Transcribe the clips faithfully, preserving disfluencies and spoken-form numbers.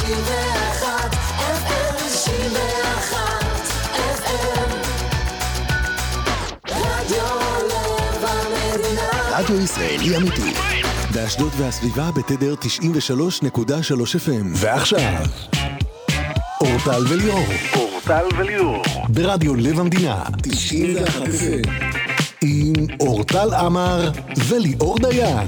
תשעים ואחת אף אם תשעים ואחת אף אם רדיו לב המדינה רדיו ישראלי אמיתי באשדוד והסביבה בתדר תשעים ושלוש נקודה שלוש אף אם. ועכשיו אורטל וליאור אורטל וליאור ברדיו לב המדינה תשעים ואחת אף אם עם אורטל עמר וליאור דיין.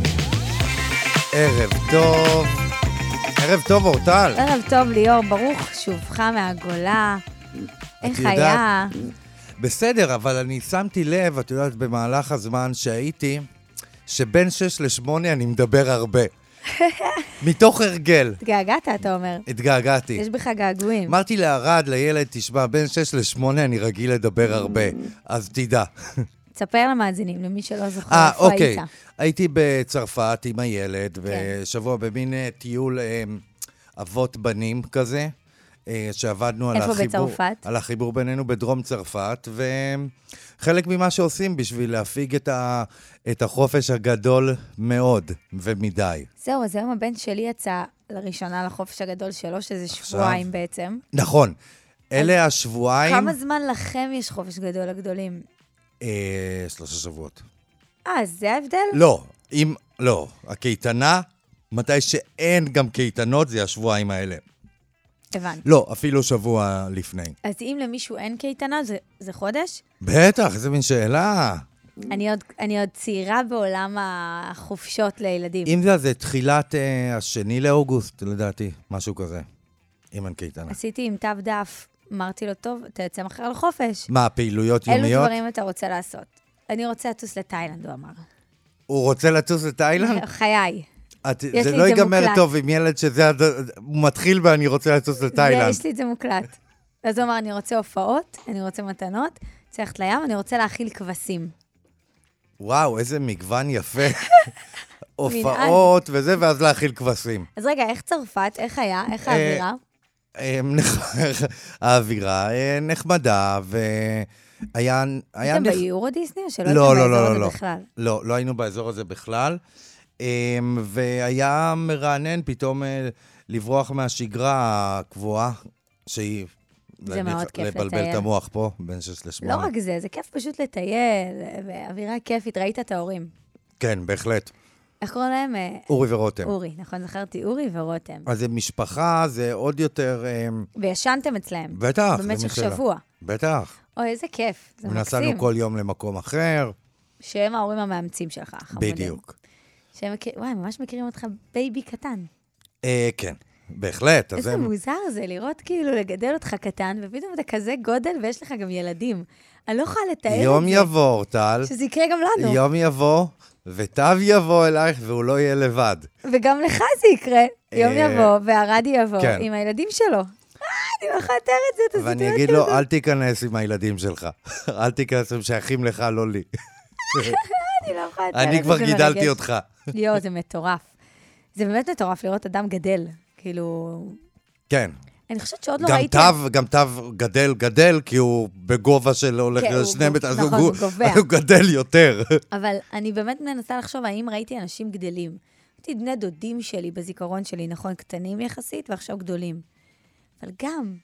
ערב טוב. ערב טוב אורטל. ערב טוב ליאור, ברוך שובך מהגולה. איך היה? בסדר, אבל אני שמתי לב, את יודעת, במהלך הזמן שהייתי, שבין שש לשמונה אני מדבר הרבה. מתוך הרגל. התגעגעת, אתה אומר. התגעגעתי. יש בך געגועים. אמרתי לערד, לילד, תשמע, בין שש לשמונה אני רגיל לדבר הרבה, אז תדע. תספר למאזינים, למי שלא זוכר אה, איפה היית. אוקיי. הייתי בצרפת עם הילד, ושבוע במין טיול אבות בנים כזה, שעבדנו על החיבור, איפה בצרפת? על החיבור בינינו בדרום צרפת, וחלק ממה שעושים בשביל להפיג את, ה, את החופש הגדול מאוד ומדי. זהו, אז היום הבן שלי יצא לראשונה לחופש הגדול שלו, שזה שבועיים בעצם. נכון. אלה השבועיים... כמה זמן לכם יש חופש גדול הגדולים? אה, שלושה שבועות. אה, זה ההבדל? לא, אם, לא. הקייטנה, מתי שאין גם קייטנות, זה השבועיים האלה. הבנתי. לא, אפילו שבוע לפני. אז אם למישהו אין קייטנה, זה, זה חודש? בטח, איזה מין שאלה. אני עוד, אני עוד צעירה בעולם החופשות לילדים. אם זה, זה תחילת אה, השני לאוגוסט, לדעתי, משהו כזה. אם אין קייטנה. עשיתי עם תו דף, אמרתי לו, טוב, אתה יוצא מחר לחופש. מה, פעילויות יומיות? אילו דברים אתה רוצה לעשות? אני רוצה לטוס לתאילנד, הוא אמר. הוא רוצה לטוס לתאילנד? חיי. את, זה לא ייגמר טוב עם ילד שזה, הוא מתחיל ואני רוצה לטוס לתאילנד. יש לי את זה מוקלט. אז הוא אמר, אני רוצה הופעות, אני רוצה מתנות, צריך ללכת לים, אני רוצה להאכיל כבשים. וואו, איזה מגוון יפה. הופעות וזה, ואז להאכיל כבשים. אז רגע, איך צרפת? איך היה? איך האווירה? האווירה נחמדה, והיה... הייתם ביורו דיסני, או שלא לא, הייתם לא, באזור לא, הזה בכלל? לא, לא היינו באזור הזה בכלל, והיה מרענן פתאום לברוח מהשגרה הקבועה, שהיא... זה מאוד כיף לטייל. לבלבל את המוח פה, בין שש לשמונה. לא רק זה, זה כיף פשוט לטייל, ואווירה כיפית, ראית את ההורים. כן, בהחלט. איך קוראים להם? אורי ורותם. אורי, נכון, זכרתי, אורי ורותם. אז זה משפחה, זה עוד יותר... וישנתם אצלהם. בטח. במשך שבוע. בטח. אוי, איזה כיף, זה מקסים. ונסענו כל יום למקום אחר. שהם ההורים המאמצים שלך, חמודים. בדיוק. שהם, וואי, ממש מכירים אותך בייבי קטן. אה, כן, בהחלט. איזה מוזר זה לראות כאילו לגדל אותך קטן, ופתאום אתה כזה גודל ויש לך גם ילדים. אני לא יכולה לתאר את זה. יום יבוא, אורטל. שזה יקרה גם לנו. יום יבוא, ותו יבוא אלייך, והוא לא יהיה לבד. וגם לך זה יקרה. יום יבוא, והרדי יבוא, עם הילדים שלו. אני לא יכולה לתאר את זה, את הסיטואציה הזאת. ואני אגיד לו, אל תיכנס עם הילדים שלך. אל תיכנס, הם שייכים לך, לא לי. אני לא יכולה לתאר את זה. אני כבר גידלתי אותך. יו, זה מטורף. זה באמת מטורף לראות אדם גדל. כאילו... כן. אני חושבת שעוד לא ראיתי... גם תו גדל, גדל, כי הוא בגובה של הולך לשני מטר, אז הוא גדל יותר. אבל אני באמת מנסה לחשוב, האם ראיתי אנשים גדלים. ראיתי בני דודים שלי בזיכרון שלי, נכון, קטנים יחסית, ועכשיו גדולים. אבל גם...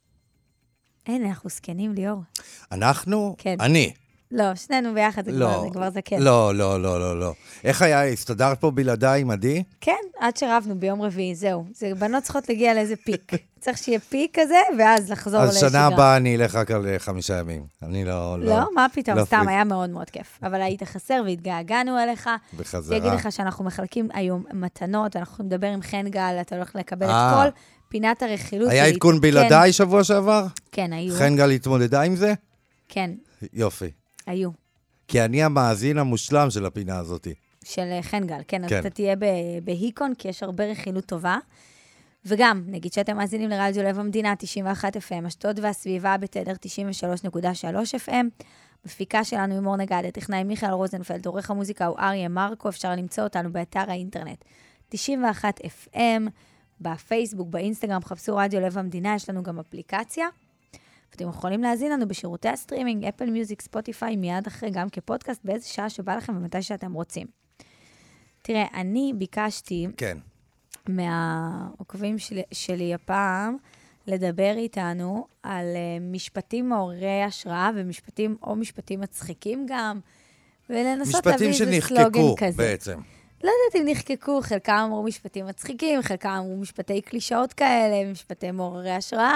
אין, אנחנו סקנים, ליאור. אנחנו? כן. אני. לא, שנינו ביחד, זה לא, כבר, זה כבר זקן. לא, לא, לא, לא, לא. איך היה, הסתדרת פה בלעדיי עם עדי? כן, עד שרבנו ביום רביעי, זהו. זה בנות צריכות להגיע לאיזה פיק. צריך שיהיה פיק כזה, ואז לחזור לשגרה. אז שנה הבאה אני אלך רק על חמישה ימים. אני לא... לא, לא מה פתאום, לא סתם, פליט. היה מאוד מאוד כיף. אבל היית חסר והתגעגענו אליך. בחזרה. יגיד לך שאנחנו מחלקים היום מתנות, אנחנו נדבר עם חן גל, אתה הולך לקבל 아, את כל פינת הרכילות. היה עדכון בלעדיי כן. שבוע שעבר? כן, היו. חן גל התמודדה עם זה? כן. יופי. היו. כי אני המאזין המושלם של הפינה הזאת. של חן גל, כן. כן. אז אתה תהיה בהיקון, כי יש הרבה רכילות טובה. וגם, נגיד שאתם מאזינים לרדיו לב המדינה, תשעים ואחת אף אם, אשדוד והסביבה בתדר תשעים ושלוש נקודה שלוש אף אם. מפיקה שלנו עם אור נגד, הטכנאי מיכאל רוזנפלד, עורך המוזיקה הוא אריה מרקו, אפשר למצוא אותנו באתר האינטרנט. תשעים ואחת אף אם, בפייסבוק, באינסטגרם, חפשו רדיו לב המדינה, יש לנו גם אפליקציה. ואתם יכולים להזין לנו בשירותי הסטרימינג, אפל מיוזיק, ספוטיפיי, מיד אחרי, גם כפודקאסט, באיזה שעה שבא לכם ומתי שאתם רוצים. תראה, אני ביקשתי... כן. מהעוקבים שלי, שלי הפעם, לדבר איתנו על uh, משפטים מעוררי השראה, ומשפטים, או משפטים מצחיקים גם, ולנסות להביא איזה סלוגן כזה. משפטים שנחקקו בעצם. לא יודעת אם נחקקו, חלקם אמרו משפטים מצחיקים, חלקם אמרו משפטי קלישאות כאלה, משפטי מעוררי השראה.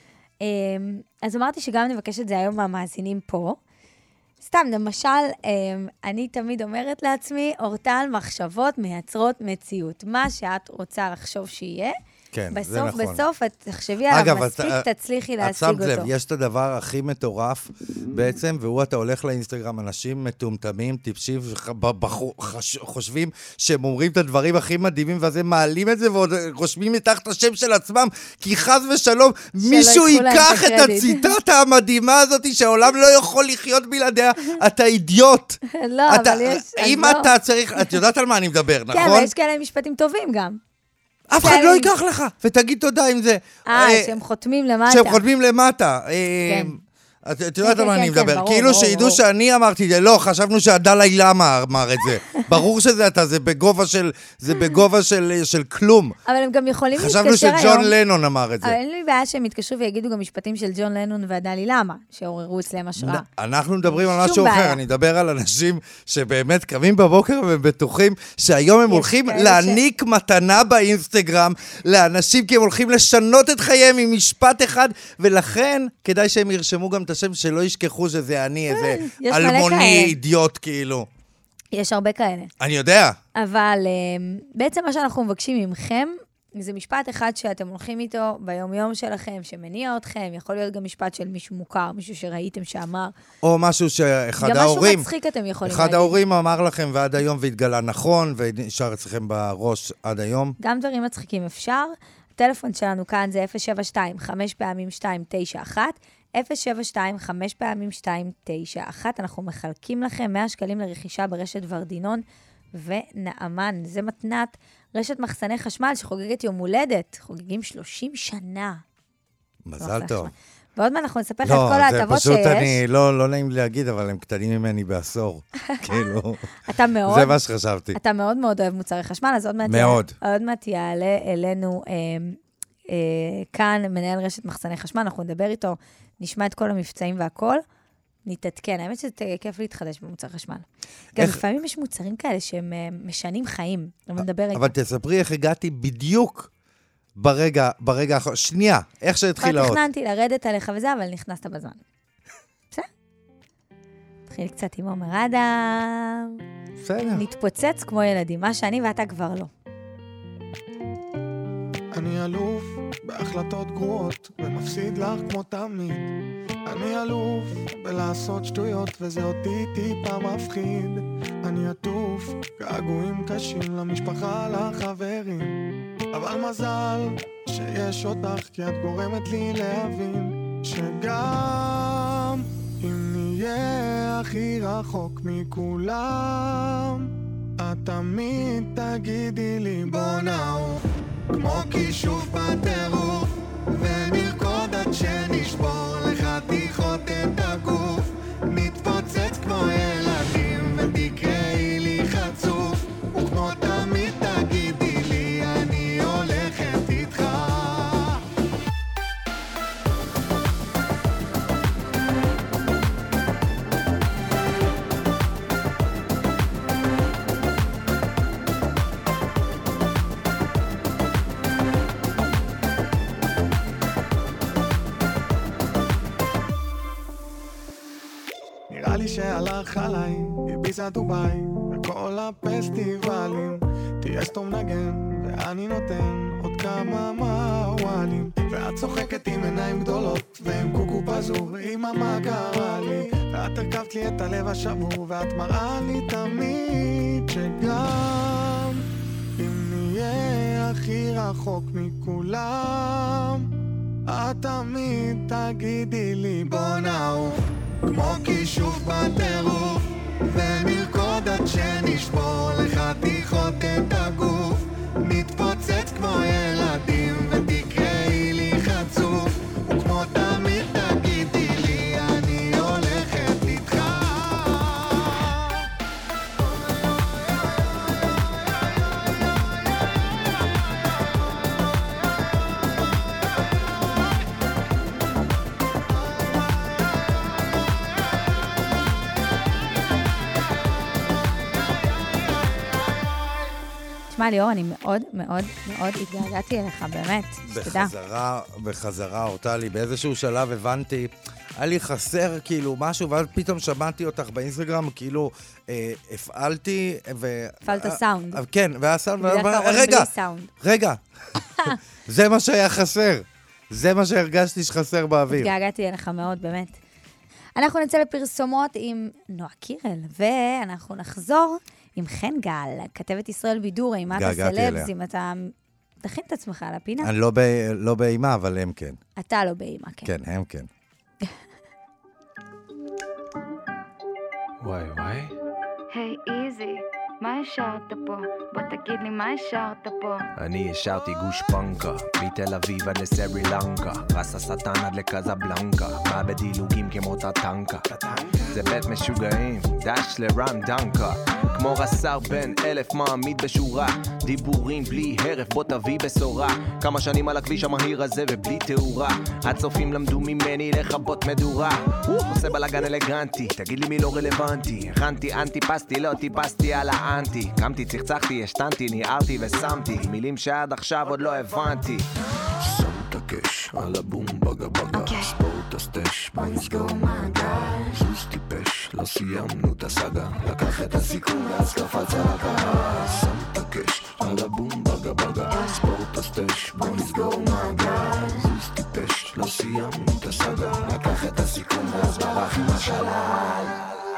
אז אמרתי שגם נבקש את זה היום מהמאזינים פה. סתם, למשל, אני תמיד אומרת לעצמי, אורטל, מחשבות מייצרות מציאות. מה שאת רוצה לחשוב שיהיה, כן, בסוף, זה נכון. בסוף, את תחשבי עליו מספיק, תצליחי להשיג אותו. לב, יש את הדבר הכי מטורף בעצם, והוא אתה הולך לאינסטגרם, אנשים מטומטמים, טיפשים, חושבים שהם אומרים את הדברים הכי מדהימים, ואז הם מעלים את זה, ועוד רושמים מתחת השם של עצמם, כי חס ושלום, מישהו ייקח את הציטטה המדהימה הזאת, שהעולם לא יכול לחיות בלעדיה, אתה אידיוט. לא, אבל יש... אם אתה צריך, את יודעת על מה אני מדבר, נכון? כן, ויש כאלה משפטים טובים גם. אף אחד לא ייקח לך, ותגיד תודה עם זה. אה, שהם חותמים למטה. שהם חותמים למטה. כן. את יודעת על מה אני מדבר. כאילו שידעו שאני אמרתי זה, לא, חשבנו שהדלי למה אמר את זה. ברור שזה אתה, זה בגובה של, זה בגובה של כלום. אבל הם גם יכולים להתקשר היום. חשבנו שג'ון לנון אמר את זה. אבל אין לי בעיה שהם יתקשרו ויגידו גם משפטים של ג'ון לנון והדלי למה, שעוררו אצלם השראה. אנחנו מדברים על משהו אחר, אני מדבר על אנשים שבאמת קמים בבוקר והם בטוחים שהיום הם הולכים להעניק מתנה באינסטגרם לאנשים, כי הם הולכים לשנות את חייהם עם משפט אחד, ולכן כדאי שהם ירשמו גם את השם, שלא ישכחו שזה אני, איזה אלמוני אידיוט כאילו. יש הרבה כאלה. אני יודע. אבל בעצם מה שאנחנו מבקשים ממכם, זה משפט אחד שאתם הולכים איתו ביום-יום שלכם, שמניע אתכם, יכול להיות גם משפט של מישהו מוכר, מישהו שראיתם שאמר. או משהו שאחד ההורים... גם משהו מצחיק אתם יכולים אחד להגיד. ההורים אמר לכם ועד היום והתגלה נכון, ונשאר אצלכם בראש עד היום. גם דברים מצחיקים אפשר. הטלפון שלנו כאן זה אפס שבע שתיים חמש פעמים שתיים תשע אחת, אפס שבע שתיים חמש פעמים שתיים תשע אחת. אנחנו מחלקים לכם מאה שקלים לרכישה ברשת ורדינון ונעמן. זה מתנת רשת מחסני חשמל שחוגגת יום הולדת. חוגגים שלושים שנה. מזל טוב. ועוד מה אנחנו נספר לך את כל ההטבות שיש. לא, זה פשוט אני, לא, לא נעים להגיד, אבל הם קטנים ממני בעשור. כאילו, אתה מאוד, זה מה שחשבתי. אתה מאוד מאוד אוהב מוצרי חשמל, אז עוד מעט, מאוד. עוד מעט יעלה אלינו אה, אה, כאן מנהל רשת מחסני חשמל, אנחנו נדבר איתו, נשמע את כל המבצעים והכל, נתעדכן. האמת שזה כיף להתחדש במוצר חשמל. גם לפעמים יש מוצרים כאלה שהם משנים חיים, לא מדבר איתו. אבל תספרי איך הגעתי בדיוק ברגע, ברגע האחרון, שנייה, איך שהתחיל לאות. תכננתי לרדת עליך וזה, אבל נכנסת בזמן. בסדר? תתחיל קצת עם עומר אדם. בסדר. נתפוצץ כמו ילדים, מה שאני ואתה כבר לא. אני אלוף בהחלטות גרועות, ומפסיד לך כמו תמיד. אני אלוף בלעשות שטויות, וזה אותי טיפה מפחיד. אני עטוף געגועים קשים למשפחה, לחברים. אבל מזל שיש אותך, כי את גורמת לי להבין שגם אם נהיה הכי רחוק מכולם, את תמיד תגידי לי בוא נעוף, כמו כישוף בטירוף, ונרקוד עד שנשבור לחתיכות את הגוף, נתפוצץ כמו ילדים ותקראי לי חצוף, וכמו תמיד תגידי לי אני הולכת איתך. נראה לי שהלך עליי, איביזה דוביי, וכל הפסטיבלים, תהיה סתום נגן, ואני נותן עוד כמה מוואלים, ואת צוחקת עם עיניים גדולות, ועם קוקו פזור, אמא מה קרה לי, ואת הרכבת לי את הלב השבור, ואת מראה לי תמיד שגם אם נהיה הכי רחוק מכולם, את תמיד תגידי לי בוא נעוף, כמו כישוף בטירוף, ונרקוד עד שנשבור לחתיכות את הגוף, נתפוצץ כמו ילדים ותקראי לי חצוף, וכמו תמיד תגידי לי אני הולכת איתך. תשמע, ליאור, אני מאוד מאוד מאוד התגעגעתי אליך, באמת. תודה. בחזרה, בחזרה, אורטלי, באיזשהו שלב הבנתי, היה לי חסר כאילו משהו, ואז פתאום שמעתי אותך באינסטגרם, כאילו אה, הפעלתי, ו... הפעלת סאונד. כן, והיה סאונד, בדרך כלל רואים רגע, בלי סאונד. רגע, זה מה שהיה חסר. זה מה שהרגשתי שחסר באוויר. התגעגעתי אליך מאוד, באמת. אנחנו נצא לפרסומות עם נועה קירל, ואנחנו נחזור עם חן גל, כתבת ישראל בידור, אימת הסלבס, אם אתה תכין את עצמך על הפינה. אני לא, ב... לא באימה, אבל הם כן. אתה לא באימה, כן. כן, הם כן. וואי וואי. היי איזי, מה השארת פה? בוא תגיד לי מה השארת פה. אני השארתי גוש פנקה, מתל אביב עד לסרי לנקה, רס השטן עד לקזבלנקה, מה בדילוגים כמו טנקה. זה בית משוגעים, דש לרם דנקה, כמו רס"ר בן אלף מעמיד בשורה, דיבורים בלי הרף, בוא תביא בשורה. כמה שנים על הכביש המהיר הזה ובלי תאורה, הצופים למדו ממני לחבות מדורה. עושה בלגן אלגנטי, תגיד לי מי לא רלוונטי, הכנתי אנטי פסטי, לא טיפסתי על האנטי, קמתי, צחצחתי, השתנתי, ניערתי ושמתי מילים שעד עכשיו עוד לא הבנתי. שם את הקש על הבום בגה בגה, ספורט הסטש, בוא נסגור מעגל. זוז טיפש, לא סיימנו את הסגה, לקח את הסיכון ואז קפץ על הקהל. שם את הקש על הבום בגה בגה, ספורט הסטש, בוא נסגור מעגל. זוז טיפש, לא סיימנו את הסגה, לקח את הסיכון ואז ברח עם השלל.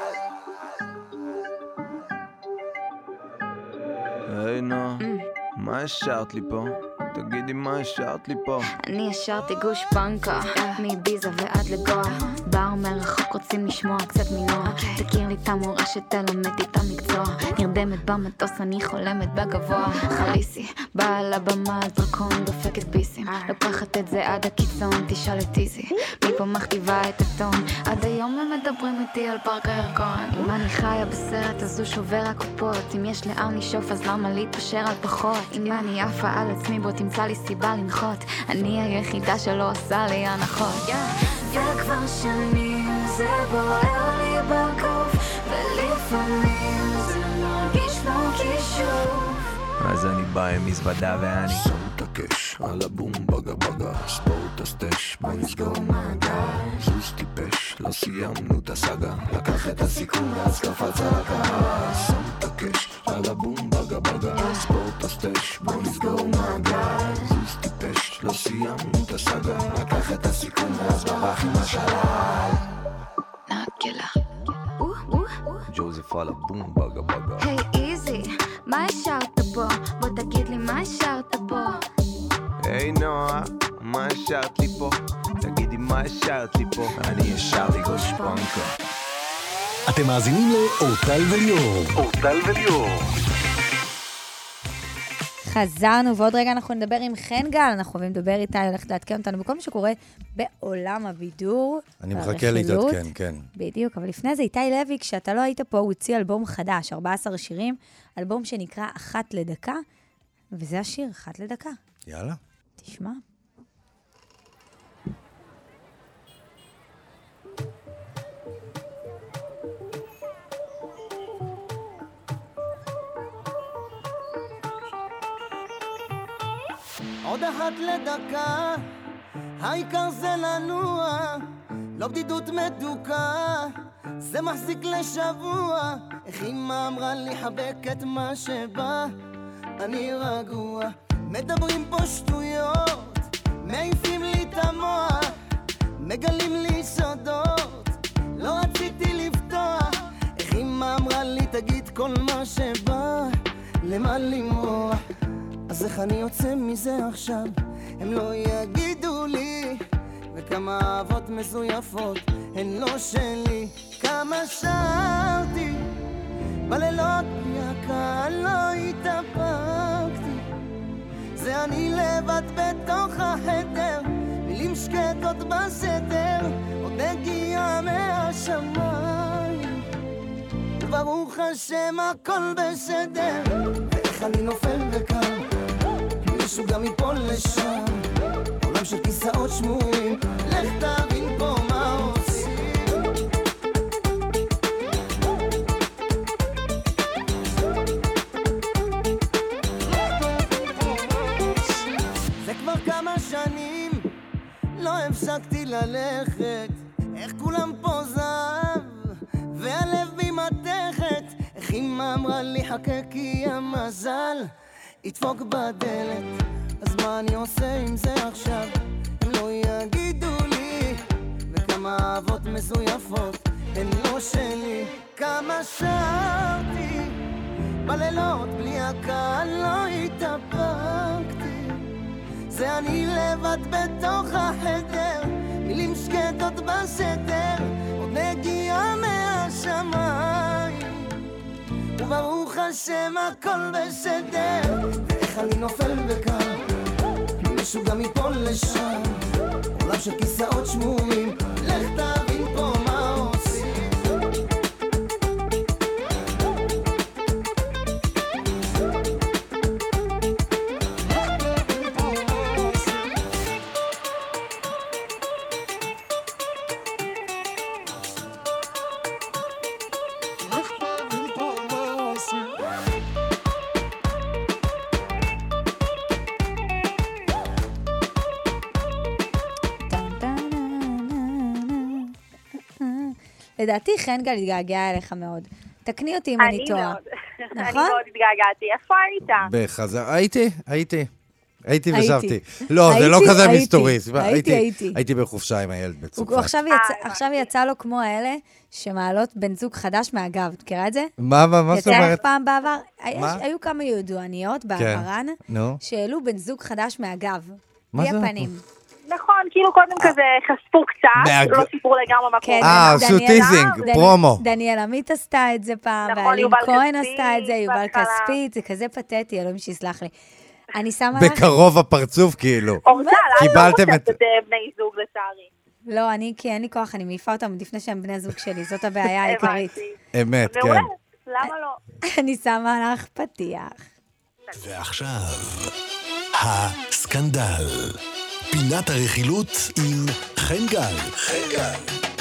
היי נו, מה השארת לי פה? תגידי מה השארת לי פה. אני השארתי גוש פנקה, מביזה ועד לגוע, בר מרחוק רוצים לשמוע קצת מנוע. תכיר לי את המורה שתלמד את המקצוע, נרדמת במטוס אני חולמת בגבוה. חליסי, באה על הבמה על דרקון דופקת ביסים, לוקחת את זה עד הקיצון, תשאל את איזי מפה מכתיבה את הטון. עד היום הם מדברים איתי על פארק הירקון. אם אני חיה בסרט אז הוא שובר הקופות, אם יש לאן לשאוף אז למה להתפשר על פחות. אם אני עפה על עצמי בוא תמצא לי סיבה לנחות, אני היחידה שלא עושה לי הנחות. וכבר שנים זה בוער לי בגוף, ולפעמים זה מרגיש כמו כישוף. אז אני בא עם מזוודה ואני שם את הקש על הבום בגה בגה, ספורט הסטש, בוא נסגור מעגל. זוז טיפש, לא סיימנו את הסגה, לקח את הסיכון ואז קפץ על הקהל. שם את הקש על הבום בגה בגה, ספורט הסטש, בוא נסגור מעגל. זוז טיפש, לא סיימנו את הסגה, לקח את הסיכון ואז ברח עם השלל. נקלה ג'וזף על הבום בגה בגה. היי איזי, מה השארת פה? בוא תגיד לי מה השארת פה. היי נועה, מה השארת לי פה? תגידי מה השארת לי פה. אני השארתי גוש פנקה. אתם מאזינים לאורטל וליאור. אורטל וליאור. חזרנו, ועוד רגע אנחנו נדבר עם חן גל, אנחנו אוהבים לדבר איתה, היא הולכת להתקן אותנו בכל מה שקורה בעולם הבידור. אני מחכה להתעדכן, כן. בדיוק, אבל לפני זה איתי לוי, כשאתה לא היית פה, הוא הוציא אלבום חדש, ארבעה עשר שירים, אלבום שנקרא אחת לדקה, וזה השיר, אחת לדקה. יאללה. תשמע. עוד אחת לדקה, העיקר זה לנוע, לא בדידות מדוקה, זה מחזיק לשבוע. איך אמא אמרה לי חבק את מה שבא, אני רגוע. מדברים פה שטויות, מעיפים לי את המוח, מגלים לי סודות, לא רציתי לפתוח. איך אמא אמרה לי תגיד כל מה שבא, למה למרוח? אז איך אני יוצא מזה עכשיו? הם לא יגידו לי, וכמה אהבות מזויפות הן לא שלי. כמה שרתי בלילות יקר, לא התאפקתי, זה אני לבד בתוך החדר, מילים שקטות בסתר, עוד נגיעה מהשמיים, וברוך השם הכל בסדר. ואיך אני נופל וקם, מישהו גם יפול לשם, עולם של כיסאות שמורים, לך תבין פה מה עושים. הפסקתי ללכת, איך כולם פה זהב והלב בי מתכת. איך אמא אמרה לי חכה כי המזל ידפוק בדלת. אז מה אני עושה עם זה עכשיו? הם לא יגידו לי, וכמה אהבות מזויפות הן לא שלי. כמה שרתי בלילות בלי הקהל, לא התאפקתי. זה אני לבד בתוך החדר, מילים שקטות בסתר, עוד נגיעה מהשמיים, וברוך השם הכל בסדר. ואיך אני נופל וקם, מישהו גם יפול לשם, עולם של כיסאות שמומים, לך תבין פה מה עושים. לדעתי חנגל התגעגע אליך מאוד. תקני אותי אם אני טועה. אני מאוד התגעגעתי. איפה היית? בחזר, הייתי, הייתי. הייתי ושבתי. לא, זה לא כזה מסתורי. הייתי, הייתי. הייתי בחופשה עם הילד בצרפת. עכשיו יצא לו כמו האלה שמעלות בן זוג חדש מהגב. תקרא את זה? מה, מה, מה זאת אומרת? יצא לך פעם בעבר? היו כמה ידועניות בעברן, שהעלו בן זוג חדש מהגב. בלי הפנים. נכון, כאילו קודם כזה חשפו קצת, לא סיפרו לגמרי מה קורה. אה, עשו טיזינג, פרומו. דניאל עמית עשתה את זה פעם, ואלין כהן עשתה את זה, יובל כספית, זה כזה פתטי, אלוהים שיסלח לי. אני שמה לך... בקרוב הפרצוף כאילו. אורטל, אני לא חושבת בני זוג לצערי. לא, אני, כי אין לי כוח, אני מעיפה אותם לפני שהם בני זוג שלי, זאת הבעיה העיקרית. אמת, כן. מעולה, למה לא? אני שמה לך פתיח. ועכשיו, הסקנדל. פינת הרכילות עם חנגל. חנגל.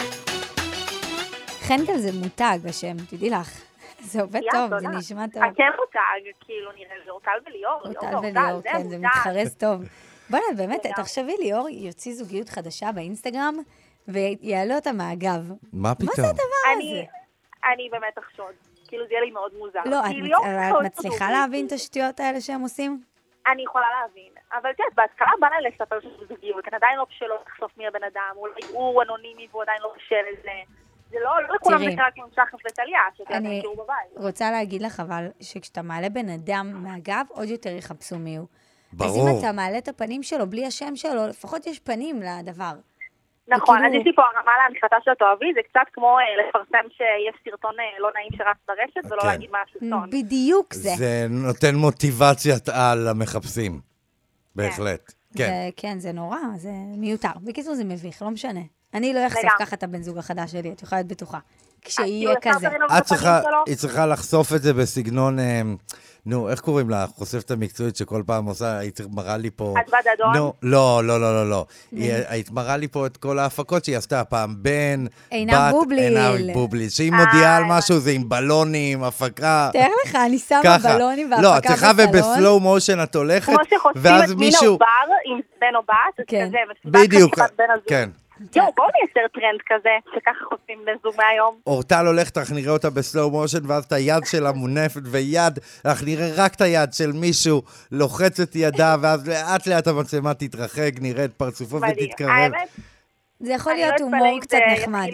חנגל זה מותג השם, תדעי לך. זה עובד טוב, זה נשמע טוב. כן מותג, כאילו נראה, זה אורטל וליאור. אורטל וליאור, כן, זה מתחרז טוב. בואי נד, באמת, תחשבי ליאור יוציא זוגיות חדשה באינסטגרם, ויעלה אותה מהגב. מה פתאום? מה זה הדבר הזה? אני באמת אחשוד. כאילו זה יהיה לי מאוד מוזר. לא, את מצליחה להבין את השטויות האלה שהם עושים? אני יכולה להבין. אבל תראה, בהתחלה בא לה לספר שזה זוגיות, כי עדיין לא בשלו לחשוף מי הבן אדם, אולי הוא אנונימי והוא עדיין לא בשל לזה. זה לא, לא לכולם זה קרה כמו שחף וטליה, שאתם מכירו בבית. רוצה להגיד לך, אבל, שכשאתה מעלה בן אדם מהגב, עוד יותר יחפשו מי הוא. ברור. אז אם אתה מעלה את הפנים שלו, בלי השם שלו, לפחות יש פנים לדבר. נכון, אז יש לי פה הרמה להנחתה שאתה אוהבי, זה קצת כמו לפרסם שיש סרטון לא נעים שרץ ברשת, ולא להגיד מה הסרטון. בדיוק זה. זה נותן מוטיבציית על למחפשים. בהחלט. כן. כן, זה נורא, זה מיותר. בקיצור, זה מביך, לא משנה. אני לא אחשוף ככה את הבן זוג החדש שלי, את יכולה להיות בטוחה. כשיהיה כזה. היא צריכה לחשוף את זה בסגנון, נו, איך קוראים לה? חושפת המקצועית שכל פעם עושה, היא מראה לי פה... את בדדון? לא, לא, לא, לא, לא. היא מראה לי פה את כל ההפקות שהיא עשתה פעם, בן, בת, עינב בובליל. עינב בובליל. שהיא מודיעה על משהו, זה עם בלונים, הפקה. תאר לך, אני שמה בלונים והפקה בסלון. לא, את צריכה ובסלואו מושן את הולכת, ואז מישהו... כמו שחושפים את מין עובר עם בן או בת, כזה, בדיוק, כן. יואו, בואו נייצר טרנד כזה, שככה חושפים בן זוג מהיום. אורטל הולכת, אנחנו נראה אותה בסלואו מושן, ואז את היד שלה מונפת, ויד, אנחנו נראה רק את היד של מישהו, לוחצת ידה, ואז לאט לאט המצלמה תתרחק, נראה את פרצופו ותתקרב. זה יכול להיות הומור קצת נחמד.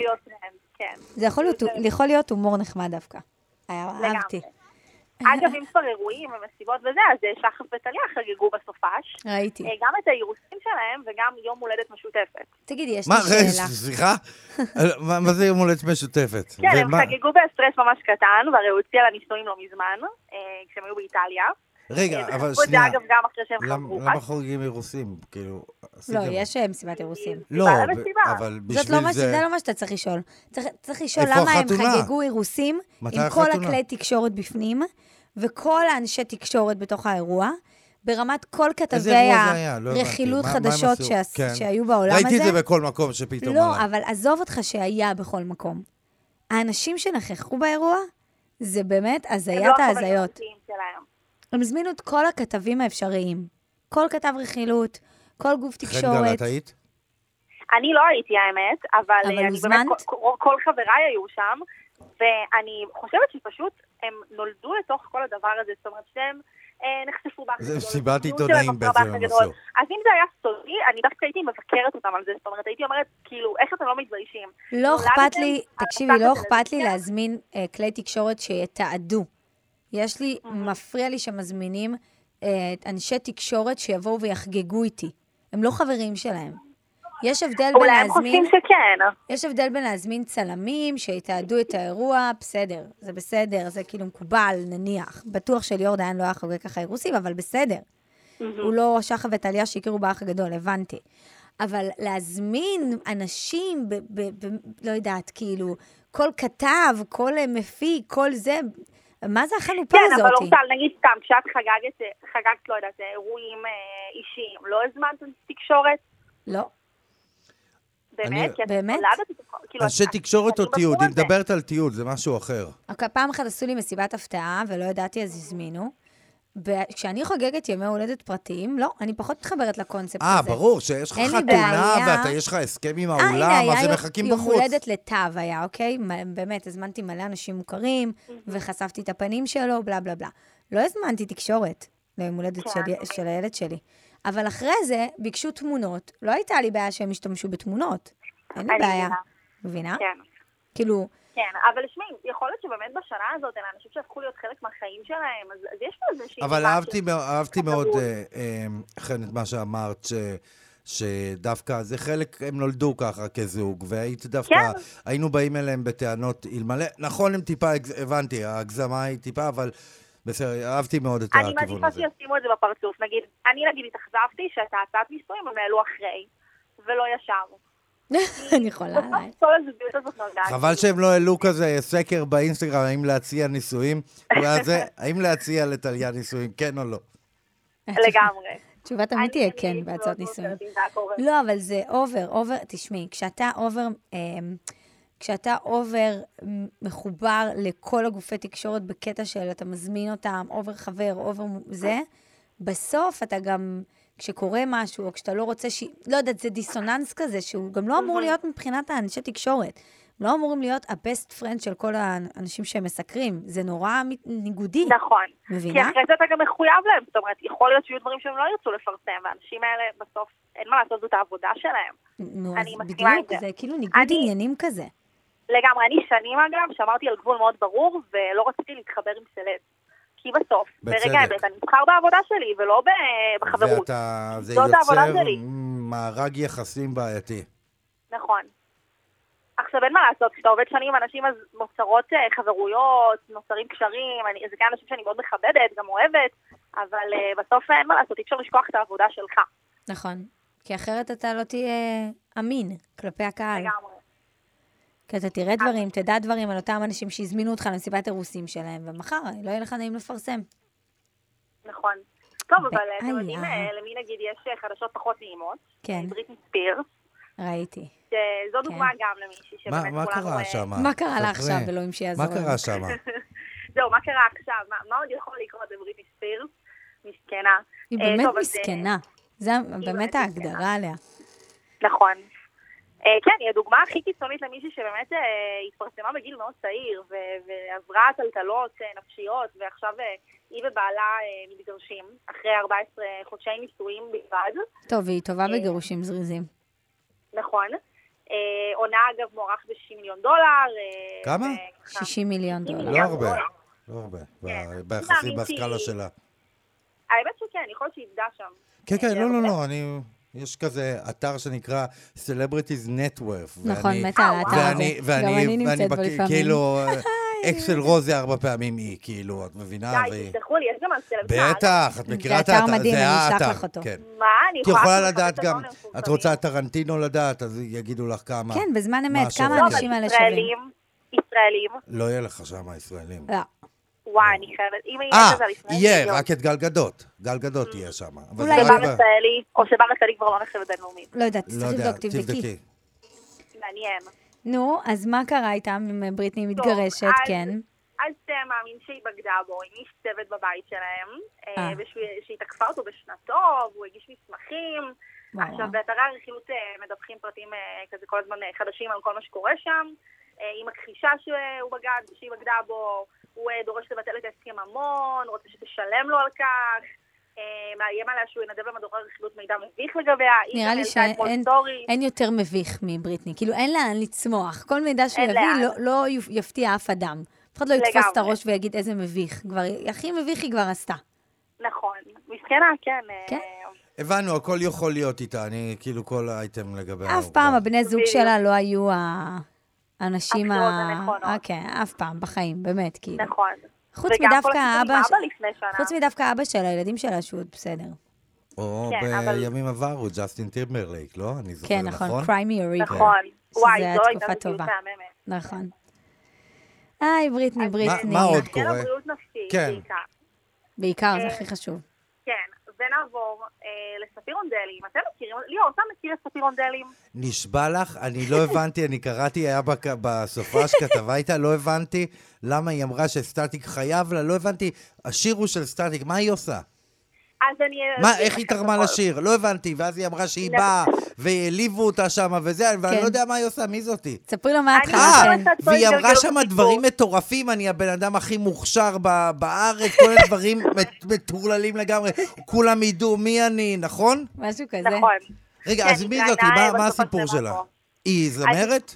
זה יכול להיות הומור נחמד דווקא. אהבתי. אגב, אם כבר אירועים ומסיבות וזה, אז שחף וטליה חגגו בסופש. ראיתי. גם את האירוסים שלהם וגם יום הולדת משותפת. תגידי, יש לי שאלה. סליחה? מה זה יום הולדת משותפת? כן, הם חגגו באסטרס ממש קטן, והרי הוא הציע לנישואים לא מזמן, כשהם היו באיטליה. רגע, אבל שנייה. אגב, גם אחרי שהם חזרו. למה חוגגים אירוסים? כאילו... לא, יש מסיבת אירוסים. לא, אבל בשביל זה... זה לא מה שאתה צריך לשאול. צריך לשאול למה הם חגגו אירוסים עם כל הכלי תקשורת בפנים, וכל האנשי תקשורת בתוך האירוע, ברמת כל כתבי הרכילות חדשות שהיו בעולם הזה. ראיתי את זה בכל מקום שפתאום... לא, אבל עזוב אותך שהיה בכל מקום. האנשים שנכחו באירוע, זה באמת הזיית ההזיות. הם הזמינו את כל הכתבים האפשריים. כל כתב רכילות, כל גוף תקשורת. חנגל, את היית? אני לא הייתי האמת, אבל... אבל הוזמנת? כל, כל חבריי היו שם, ואני חושבת שפשוט הם נולדו לתוך כל הדבר הזה, זאת אומרת שהם נחשפו באח הגדול. זה סיבת עיתונאים בעצם הם עשו. אז אם זה היה סודי, אני דווקא הייתי מבקרת אותם על זה, זאת אומרת, הייתי אומרת, כאילו, איך אתם לא מתביישים? לא אכפת לי, תקשיבי, לא אכפת לי להזמין כלי תקשורת שיתעדו. יש לי, מפריע לי שמזמינים אנשי תקשורת שיבואו ויחגגו איתי. הם לא חברים שלהם. יש הבדל בין להזמין... אולי הם חושבים שכן. יש הבדל בין להזמין צלמים שיתעדו את האירוע, בסדר, זה בסדר, זה כאילו מקובל, נניח. בטוח שליאור דיין לא היה חוגג ככה אירוסים, אבל בסדר. הוא לא שחר וטליה שהכירו באח הגדול, הבנתי. אבל להזמין אנשים, ב, ב, ב, לא יודעת, כאילו, כל כתב, כל מפיק, כל זה, מה זה החנופה כן, הזאת? כן, אבל אורטל, נגיד סתם, כשאת חגגת, חגגת, לא יודעת, אירועים אישיים, לא הזמנת תקשורת? לא. באמת? באמת? אנשי תקשורת או תיעוד? היא מדברת על תיעוד, זה משהו אחר. פעם אחת עשו לי מסיבת הפתעה, ולא ידעתי, אז הזמינו. כשאני חוגגת ימי הולדת פרטיים, לא, אני פחות מתחברת לקונספט הזה. אה, ברור, שיש לך חתונה, ואתה יש לך הסכם עם האולם, אז הם מחכים בחוץ. יום הולדת לתו היה, אוקיי? באמת, הזמנתי מלא אנשים מוכרים, וחשפתי את הפנים שלו, בלה בלה בלה. לא הזמנתי תקשורת ליום הולדת של הילד שלי. אבל אחרי זה ביקשו תמונות, לא הייתה לי בעיה שהם השתמשו בתמונות. אין לי בעיה. מבינה? כן. כאילו... כן, אבל שמי, יכול להיות שבאמת בשנה הזאת, אלה אנשים שהפכו להיות חלק מהחיים שלהם, אז יש פה איזושהי... אבל אהבתי מאוד, חן, את מה שאמרת, שדווקא זה חלק, הם נולדו ככה כזוג, והיית דווקא, היינו באים אליהם בטענות אלמלא, נכון, הם טיפה, הבנתי, ההגזמה היא טיפה, אבל... בסדר, אהבתי מאוד את הכיוון הזה. אני מעדיפה שישימו את זה בפרצוף. נגיד, אני נגיד התאכזבתי שאתה הצעת נישואים, הם העלו אחרי, ולא ישר. אני יכולה עליי. חבל שהם לא העלו כזה סקר באינסטגרם, האם להציע נישואים, האם להציע לטליה נישואים, כן או לא? לגמרי. תשובה תמיד תהיה כן בהצעות נישואים. לא, אבל זה אובר, אובר, תשמעי, כשאתה אובר... כשאתה אובר מחובר לכל הגופי תקשורת בקטע של אתה מזמין אותם, אובר חבר, אובר זה, בסוף אתה גם, כשקורה משהו, או כשאתה לא רוצה ש... לא יודעת, זה דיסוננס כזה, שהוא גם לא אמור להיות מבחינת האנשי תקשורת. הם לא אמורים להיות ה-best friend של כל האנשים שהם מסקרים. זה נורא ניגודי. נכון. מבינה? כי אחרי זה אתה גם מחויב להם. זאת אומרת, יכול להיות שיהיו דברים שהם לא ירצו לפרסם, והאנשים האלה בסוף, אין מה לעשות, זאת העבודה שלהם. נו, אז בדיוק, זה כאילו ניגוד עניינים כזה. לגמרי, אני שנים אגב, שמרתי על גבול מאוד ברור, ולא רציתי להתחבר עם סלב. כי בסוף, ברגע האמת, אני נבחר בעבודה שלי, ולא בחברות. ואתה, זה יוצר מארג יחסים בעייתי. נכון. עכשיו אין מה לעשות, כשאתה עובד שנים עם אנשים, אז נוצרות חברויות, נוצרים קשרים, אני, זה כאן אנשים שאני מאוד מכבדת, גם אוהבת, אבל בסוף אין מה לעשות, אי אפשר לשכוח את העבודה שלך. נכון, כי אחרת אתה לא תהיה אמין כלפי הקהל. לגמרי. כי אתה תראה דברים, תדע דברים על אותם אנשים שהזמינו אותך למסיבת אירוסים שלהם, ומחר לא יהיה לך נעים לפרסם. נכון. טוב, אבל אתם יודעים, למי נגיד יש חדשות פחות נעימות? כן. בריטני ספירס. ראיתי. שזו דוגמה גם למישהי שבאמת כולנו... מה קרה שם? מה קרה לה עכשיו, אלוהים שיעזור? מה קרה שם? זהו, מה קרה עכשיו? מה עוד יכול לקרות לבריטני ספירס? מסכנה. היא באמת מסכנה. זה באמת ההגדרה עליה. נכון. כן, היא הדוגמה הכי קיצונית למישהי שבאמת התפרסמה בגיל מאוד צעיר, ועברה טלטלות נפשיות, ועכשיו היא ובעלה מתגרשים, אחרי ארבעה עשר חודשי נישואים בלבד. טוב, והיא טובה בגירושים זריזים. נכון. עונה אגב מוערך ב-שישים מיליון דולר. כמה? שישים מיליון דולר. לא הרבה, לא הרבה, ביחסים בסקאלה שלה. האמת שכן, יכול להיות שהיא עבדה שם. כן, כן, לא, לא, לא, אני... יש כזה אתר שנקרא Celebrities Net Worth. נכון, מתה על האתר הזה. גם אני נמצאת בו לפעמים. כאילו, אקסל רוז זה ארבע פעמים היא, כאילו, את מבינה? די, תשלחו לי, יש גם על סלבטל. בטח, את מכירה את האתר. זה אתר מדהים, אני אשלח לך אותו. מה? אני יכולה לדעת גם, את רוצה טרנטינו לדעת, אז יגידו לך כמה. כן, בזמן אמת, כמה אנשים האלה שווים. ישראלים. לא יהיה לך שם ישראלים. לא. וואי, אני חייבת, אם יהיה כזה לפני... יהיה, רק את גלגדות. גלגדות תהיה שם. אולי בר ישראלי, או שבר ישראלי כבר לא נחשבת בינלאומית. לא יודעת, צריך לבדוק, תבדקי. מעניין. נו, אז מה קרה איתם עם בריטני מתגרשת, כן? אז מאמין שהיא בגדה בו עם איש צוות בבית שלהם, ושהיא תקפה אותו בשנתו, והוא הגיש מסמכים. עכשיו, באתרי הרכילות מדווחים פרטים כזה כל הזמן חדשים על כל מה שקורה שם. היא מכחישה שהוא בגד, שהיא בגדה בו, הוא דורש לבטל את ההסכם המון, רוצה שתשלם לו על כך. מאיים עליה שהוא ינדב למדורי הרכילות מידע מביך לגביה. נראה לי שאין יותר מביך מבריטני. כאילו אין לאן לצמוח. כל מידע שהוא יביא לא יפתיע אף אדם. אף אחד לא יתפוס את הראש ויגיד איזה מביך. הכי מביך היא כבר עשתה. נכון. מסכנה, כן. כן? הבנו, הכל יכול להיות איתה. אני כאילו כל האייטם לגביה. אף פעם הבני זוג שלה לא היו האנשים ה... כן, אף פעם, בחיים, באמת, כאילו. נכון. חוץ מדווקא אבא, חוץ מדווקא אבא של הילדים שלה, שהוא עוד בסדר. או בימים עברו, ג'סטין טימברלייק, לא? אני זוכר, נכון? כן, נכון, Cry Me a River. נכון. וואי, זו הייתה תקופה טובה. נכון. היי, בריטני, בריטני. מה עוד קורה? בריאות נפשית, בעיקר. בעיקר, זה הכי חשוב. כן, ונעבור לספירון דלים. אתם מכירים? ליאור, אתה מכיר את ספירון דלים? נשבע לך, אני לא הבנתי, אני קראתי, היה בסופה שכתבה איתה, לא הבנתי למה היא אמרה שסטטיק חייב לה, לא הבנתי, השיר הוא של סטטיק, מה היא עושה? אז אני... מה, איך היא תרמה לשיר? לא הבנתי, ואז היא אמרה שהיא באה, והעליבו אותה שם, וזה, ואני לא יודע מה היא עושה, מי זאתי? תספרי לו מה התחלה. אה, והיא אמרה שם דברים מטורפים, אני הבן אדם הכי מוכשר בארץ, כל הדברים מטורללים לגמרי, כולם ידעו מי אני, נכון? משהו כזה. נכון. רגע, אז מי זאתי? מה הסיפור שלה? היא זמרת?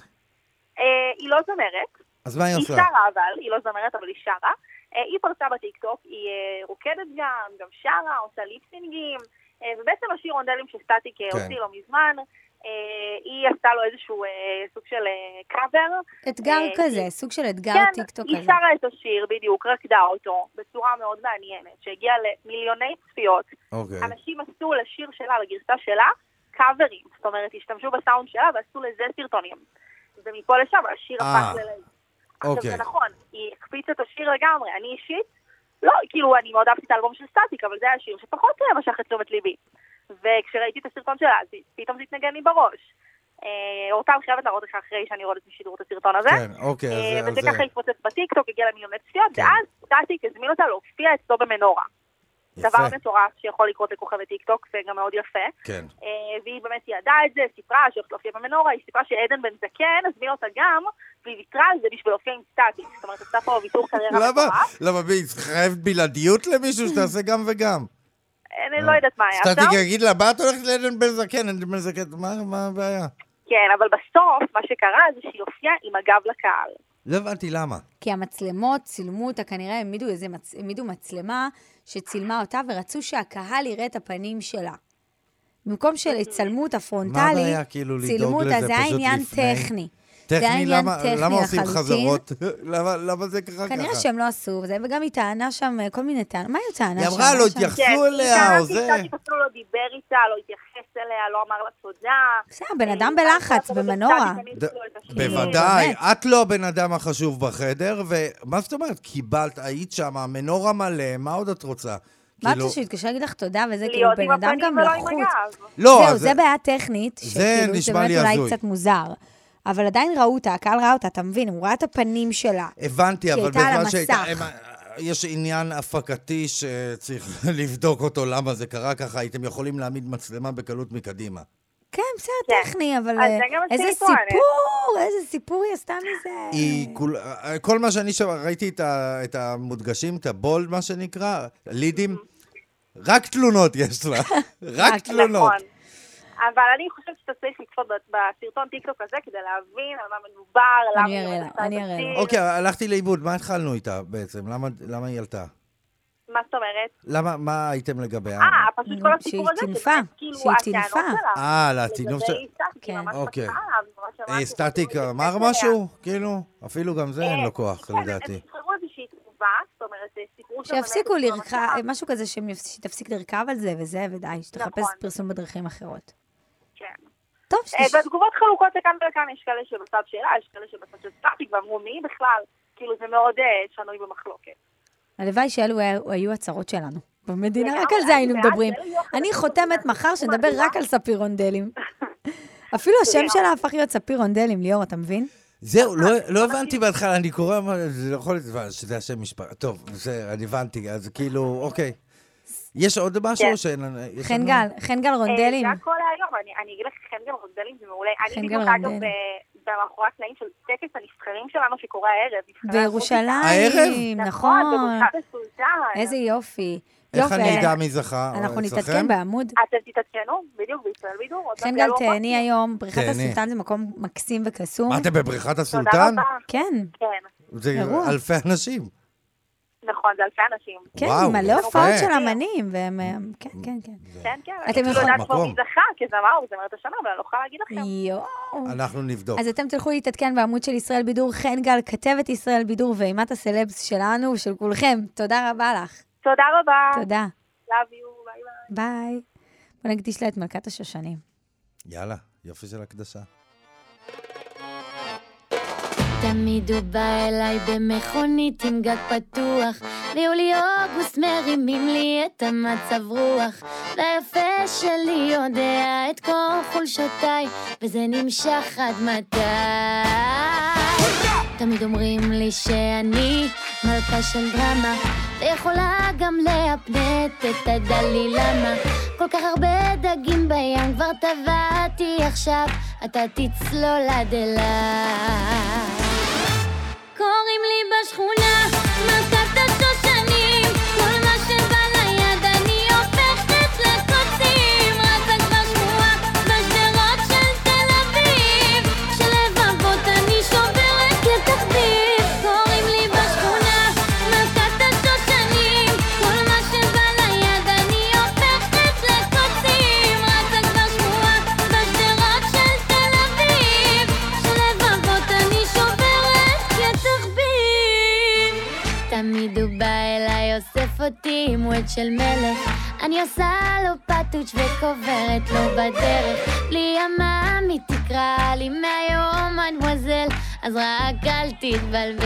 היא לא זמרת. אז מה היא עושה? היא שרה אבל, היא לא זמרת, אבל היא שרה. היא פרצה בטיקטוק, היא רוקדת גם, גם שרה, עושה ליפסינגים, ובעצם השיר רונדלים שסטטיק הוציא לו מזמן, היא עשתה לו איזשהו סוג של קאבר. אתגר כזה, סוג של אתגר טיקטוק כזה. כן, היא שרה את השיר, בדיוק, רקדה אותו, בצורה מאוד מעניינת, שהגיעה למיליוני צפיות. אנשים עשו לשיר שלה, לגרסה שלה, קאברים. זאת אומרת, השתמשו בסאונד שלה ועשו לזה סרטונים. ומפה לשם, השיר הפך ללב. עכשיו זה נכון, היא הקפיצה את השיר לגמרי, אני אישית, לא, כאילו אני מאוד אהבתי את האלבום של סטטיק, אבל זה היה שיר שפחות משך את תשומת ליבי. וכשראיתי את הסרטון שלה, אז פתאום זה התנגן לי בראש. אורטל חייבת להראות לך אחרי שאני רואה את שידור את הסרטון הזה. כן, אוקיי, אז וזה ככה התפוצץ בטיקטוק, הגיע למיליוני צפיות, ואז סטטיק הזמין אותה להופיע אצלו במנורה. דבר מטורף שיכול לקרות לכוכבת טיקטוק, זה גם מאוד יפה. כן. והיא באמת ידעה את זה, סיפרה שהולכת להופיע במנורה, היא סיפרה שעדן בן זקן הזמין אותה גם, והיא ויתרה על זה בשביל להופיע עם סטטיק. זאת אומרת, עשתה פה ויתור קריירה מטורף. למה? והיא חייבת בלעדיות למישהו שתעשה גם וגם? אני לא יודעת מה היה. סטטיק יגיד לה, באת הולכת לעדן בן זקן, עדן בן זקן, מה הבעיה? כן, אבל בסוף מה שקרה זה שהיא הופיעה עם הגב לקהל. לא הבנתי למה. כי המצלמות צילמו אותה, כנראה העמידו איזה מצ... העמידו מצלמה שצילמה אותה, ורצו שהקהל יראה את הפנים שלה. במקום שיצלמו אותה פרונטלי, כאילו צילמו אותה, זה היה עניין טכני. טכני, למה, למה עושים חזרות? למה, למה זה ככה ככה? כנראה שהם לא עשו, וגם היא טענה שם כל מיני טענה. מה היא טענה שם? היא אמרה, לא התייחסו אליה, או זה? היא אפילו לא דיבר איתה, לא התייחס אליה, לא אמר לה תודה. בסדר, בן אדם בלחץ, במנורה. בוודאי, את לא הבן אדם החשוב בחדר, ומה זאת אומרת? קיבלת, היית שם, מנורה מלא, מה עוד את רוצה? מה את חושבת? קשה להגיד לך תודה, וזה כאילו בן אדם גם לחוץ. זהו, זה בעיה טכנית, שכאילו זה באמת אולי קצת מוזר. אבל עדיין ראו אותה, הקהל ראה אותה, אתה מבין, הוא ראה את הפנים שלה. הבנתי, אבל בזמן שהייתה, יש עניין הפקתי שצריך לבדוק אותו, למה זה קרה ככה, הייתם יכולים להעמיד מצלמה בקלות מקדימה. כן, בסדר טכני, אבל איזה סיפור, איזה סיפור היא עשתה מזה. כל מה שאני ראיתי את המודגשים, את הבולד, מה שנקרא, לידים, רק תלונות יש לה, רק תלונות. אבל אני חושבת שאתה צריך לצפות בסרטון טיקטוק הזה כדי להבין על מה מדובר, אני אראה לה, אני אראה לה. אוקיי, הלכתי לאיבוד, מה התחלנו איתה בעצם? למה היא עלתה? מה זאת אומרת? למה, מה הייתם לגביה? אה, פשוט כל הסיפור הזה, שהיא תינפה. אה, לטינוף של... כן. אוקיי. סטטיק אמר משהו? כאילו? אפילו גם זה אין לו כוח, לדעתי. הם תבחרו איזושהי תגובה, זאת אומרת, סיפרו שם... שיפסיקו לרכב, משהו כזה שתפסיק לרכב על זה וזה, ודי, שתחפש פרסום בדרכים אחרות. כן. טוב, שתש... בתגובות חלוקות לכאן ולכאן, יש כאלה שבצד שאלה, יש כאלה שבצד של סטטיק, ואמרו מי בכלל, כאילו זה מאוד שנוי במחלוקת. הלוואי שאלו היו הצרות שלנו. במדינה רק על זה היינו מדברים. אני חותמת מחר שנדבר רק על ספירון דלים. אפילו השם שלה הפך להיות ספירון דלים, ליאור, אתה מבין? זהו, לא הבנתי בהתחלה, אני קורא, זה לא יכול להיות, שזה השם משפחה. טוב, אני הבנתי, אז כאילו, אוקיי. יש עוד משהו? חנגל, חנגל רונדלים. זה הכל היום, אני אגיד לך, חנגל רונדלים זה מעולה. אני בדיוק אגב במאחורי הקלעים של טקס הנבחרים שלנו שקורה הערב. בירושלים, הערב? נכון. בברכת הסולטן. איזה יופי. איך אני אדע מי זכה? אנחנו נתעדכן בעמוד. אתם תתעדכנו, בדיוק, בישראל בידור. חנגל, תהני היום, בריכת הסולטן זה מקום מקסים וקסום. מה, אתם בבריכת הסולטן? כן. זה אלפי אנשים. נכון, זה אלפי אנשים. כן, מלא הופעות של אמנים, והם, כן, כן, כן. כן, כן, אני לא יודעת כבר מי זכה, כי זה אמר, זה אומרת השנה, אבל אני לא יכולה להגיד לכם. יואו. אנחנו נבדוק. אז אתם תלכו להתעדכן בעמוד של ישראל בידור, חנגל, כתבת ישראל בידור, ואימת הסלבס שלנו ושל כולכם. תודה רבה לך. תודה רבה. תודה. Love you, ביי ביי. ביי. בוא נקדיש לה את מלכת השושנים. יאללה, יופי של הקדשה. תמיד הוא בא אליי במכונית עם גג פתוח, ביולי אוגוסט מרימים לי את המצב רוח, והיפה שלי יודע את כל חולשותיי, וזה נמשך עד מתי. תמיד אומרים לי שאני מלכה של דרמה, ויכולה גם להפנט את הדלי למה, כל כך הרבה דגים בים כבר טבעתי עכשיו, אתה תצלול עד אליי. קוראים לי בשכונה מלכת השושנים, כל מה שבא ליד אני הופכת לקוצים, רצה כבר שמועה בשדרות של תל אביב, שלבבות אני שוברת כתחביב. קוראים לי בשכונה מלכת השושנים, כל מה שבא ליד אני הופכת לקוצים, רצה כבר שמועה בשדרות של תל אביב, שלבבות אני שוברת כתחביב. תמיד הוא בא אליי, אוסף אותי עם ווד של מלך, אני עושה לו פטוץ' וקוברת לו בדרך, בלי המאמי תקרא לי מהיום אדמואזל, אז רק אל תתבלבל.